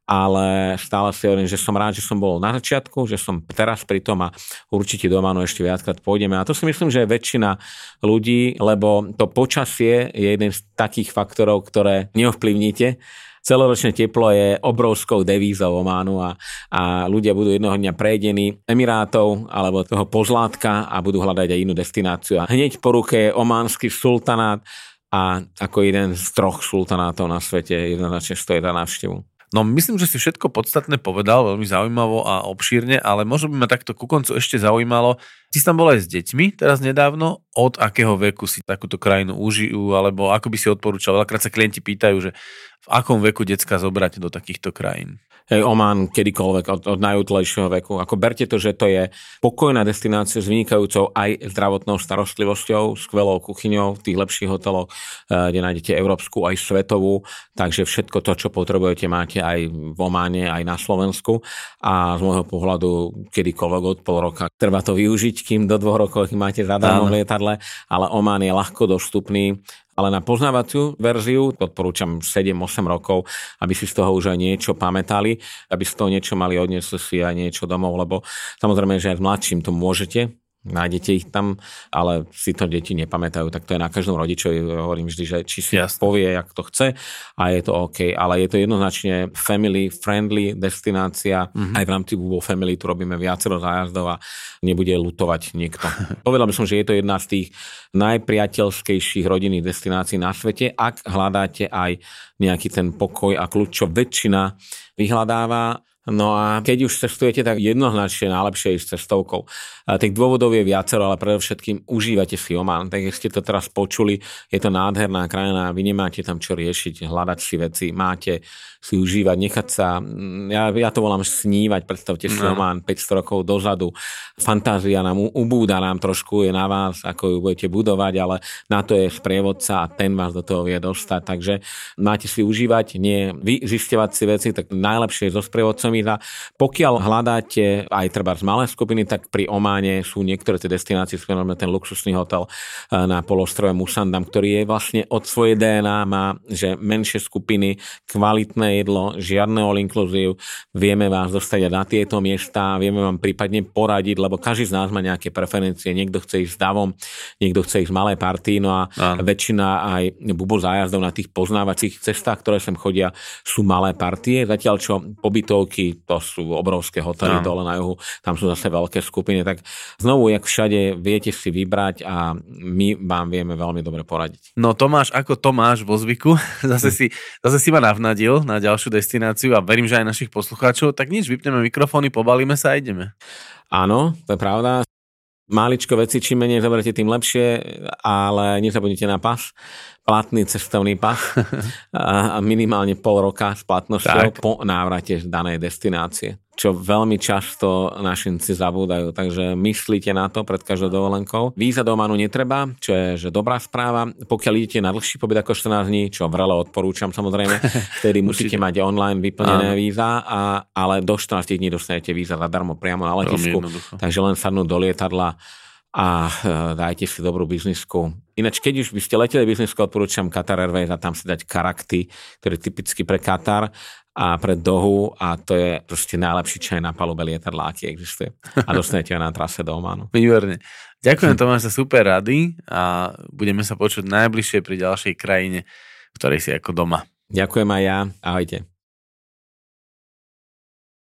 ale stále si hovorím, že som rád, že som bol na začiatku, že som teraz pri tom a určite do Omanu ešte viackrát pôjdeme. A to si myslím, že je väčšina ľudí, lebo to počasie je jeden z takých faktorov, ktoré neovplyvníte. Celoročné teplo je obrovskou devízou Ománu a, a ľudia budú jednoho dňa prejdení Emirátov alebo toho pozlátka a budú hľadať aj inú destináciu. A hneď po ruke je ománsky sultanát, a ako jeden z troch sultanátov na svete jednoznačne stojí za návštevu. No myslím, že si všetko podstatné povedal, veľmi zaujímavo a obšírne, ale možno by ma takto ku koncu ešte zaujímalo, ty si tam bol aj s deťmi teraz nedávno, od akého veku si takúto krajinu užijú, alebo ako by si odporúčal? Veľakrát sa klienti pýtajú, že v akom veku decka zobrať do takýchto krajín? Hej, Oman kedykoľvek, od, od najútlejšieho veku. Ako berte to, že to je pokojná destinácia s vynikajúcou aj zdravotnou starostlivosťou, skvelou kuchyňou v tých lepších hoteloch, kde nájdete európsku aj svetovú, takže všetko to, čo potrebujete, máte aj v Omane, aj na Slovensku a z môjho pohľadu kedykoľvek od pol roka. Treba to využiť, kým do dvoch rokov máte zadarmo v lietadle, ale Oman je ľahko dostupný. Ale na poznávaciu verziu odporúčam sedem osem rokov, aby si z toho už aj niečo pamätali, aby z toho niečo mali, odniesli si aj niečo domov, lebo samozrejme, že aj s mladším to môžete, nájdete ich tam, ale si to deti nepamätajú, tak to je na každom rodičovi, hovorím vždy, že či si Jasne. povie, jak to chce a je to OK, ale je to jednoznačne family friendly destinácia, mm-hmm. aj v rámci Bubo Family tu robíme viacero zájazdov a nebude lutovať niekto. Povedal by som, že je to jedna z tých najpriateľskejších rodinných destinácií na svete, ak hľadáte aj nejaký ten pokoj a kľud, čo väčšina vyhľadáva. No a keď už cestujete, tak jednoznačne najlepšie ísť cestovkou. A tých dôvodov je viacero, ale predovšetkým užívate si Oman. Tak ste to teraz počuli, je to nádherná krajina, vy nemáte tam čo riešiť, hľadať si veci, máte si užívať, nechať sa, ja, ja to volám snívať, predstavte si no. Oman päťsto rokov dozadu. Fantázia nám ubúda, nám trošku je na vás, ako ju budete budovať, ale na to je sprievodca a ten vás do toho vie dostať. Takže máte si užívať, nie vy zisťovať si veci, tak najlepšie je so sprievodcom. Pokiaľ hľadáte aj treba z malé skupiny, tak pri Ománe sú niektoré tie destinácie, spomíname ten luxusný hotel na polostrove Musandam, ktorý je vlastne od svojej dé en á, má, že menšie skupiny, kvalitné jedlo, žiadne all inclusive, vieme vás dostať na tieto miesta, vieme vám prípadne poradiť, lebo každý z nás má nejaké preferencie, niekto chce ísť s davom, niekto chce ísť malé party, no a Áno. väčšina aj Bubo zájazdov na tých poznávacích cestách, ktoré sem chodia, sú malé partie, zatiaľ čo pobytovky to sú obrovské hotely no. dole na juhu, tam sú zase veľké skupiny, tak znovu, jak všade, viete si vybrať a my vám vieme veľmi dobre poradiť. No Tomáš, ako Tomáš vo zvyku, zase si, zase si ma navnadil na ďalšiu destináciu a verím, že aj našich poslucháčov, tak nič, vypneme mikrofóny, pobalíme sa a ideme. Áno, to je pravda. Máličko veci, čím menej zoberte, tým lepšie, ale nezabudnite na pas, platný cestovný pas a minimálne pol roka s platnosťou tak. po návrate z danej destinácie, čo veľmi často našinci zabúdajú, takže myslíte na to pred každou dovolenkou. Víza do Omanu netreba, čo je že dobrá správa. Pokiaľ idete na dlhší pobyt ako štrnásť dní, čo vrele odporúčam samozrejme, vtedy musíte mať online vyplnené Áno. víza, a, ale do štrnásť dní dostanete víza zadarmo priamo na letisku, takže len sadnúť do lietadla a dajte si dobrú biznisku. Ináč, keď už by ste leteli biznisku, odporúčam Qatar Airways a tam si dať karakty, ktorý je typicky pre Katar a pre Dohu a to je proste najlepší čaj na palube lietadla, aký existuje. A dostanete ho na trase do Omanu. Výborne. Ďakujem Tomáš za super rady a budeme sa počuť najbližšie pri ďalšej krajine, v ktorej si ako doma. Ďakujem aj ja. Ahojte.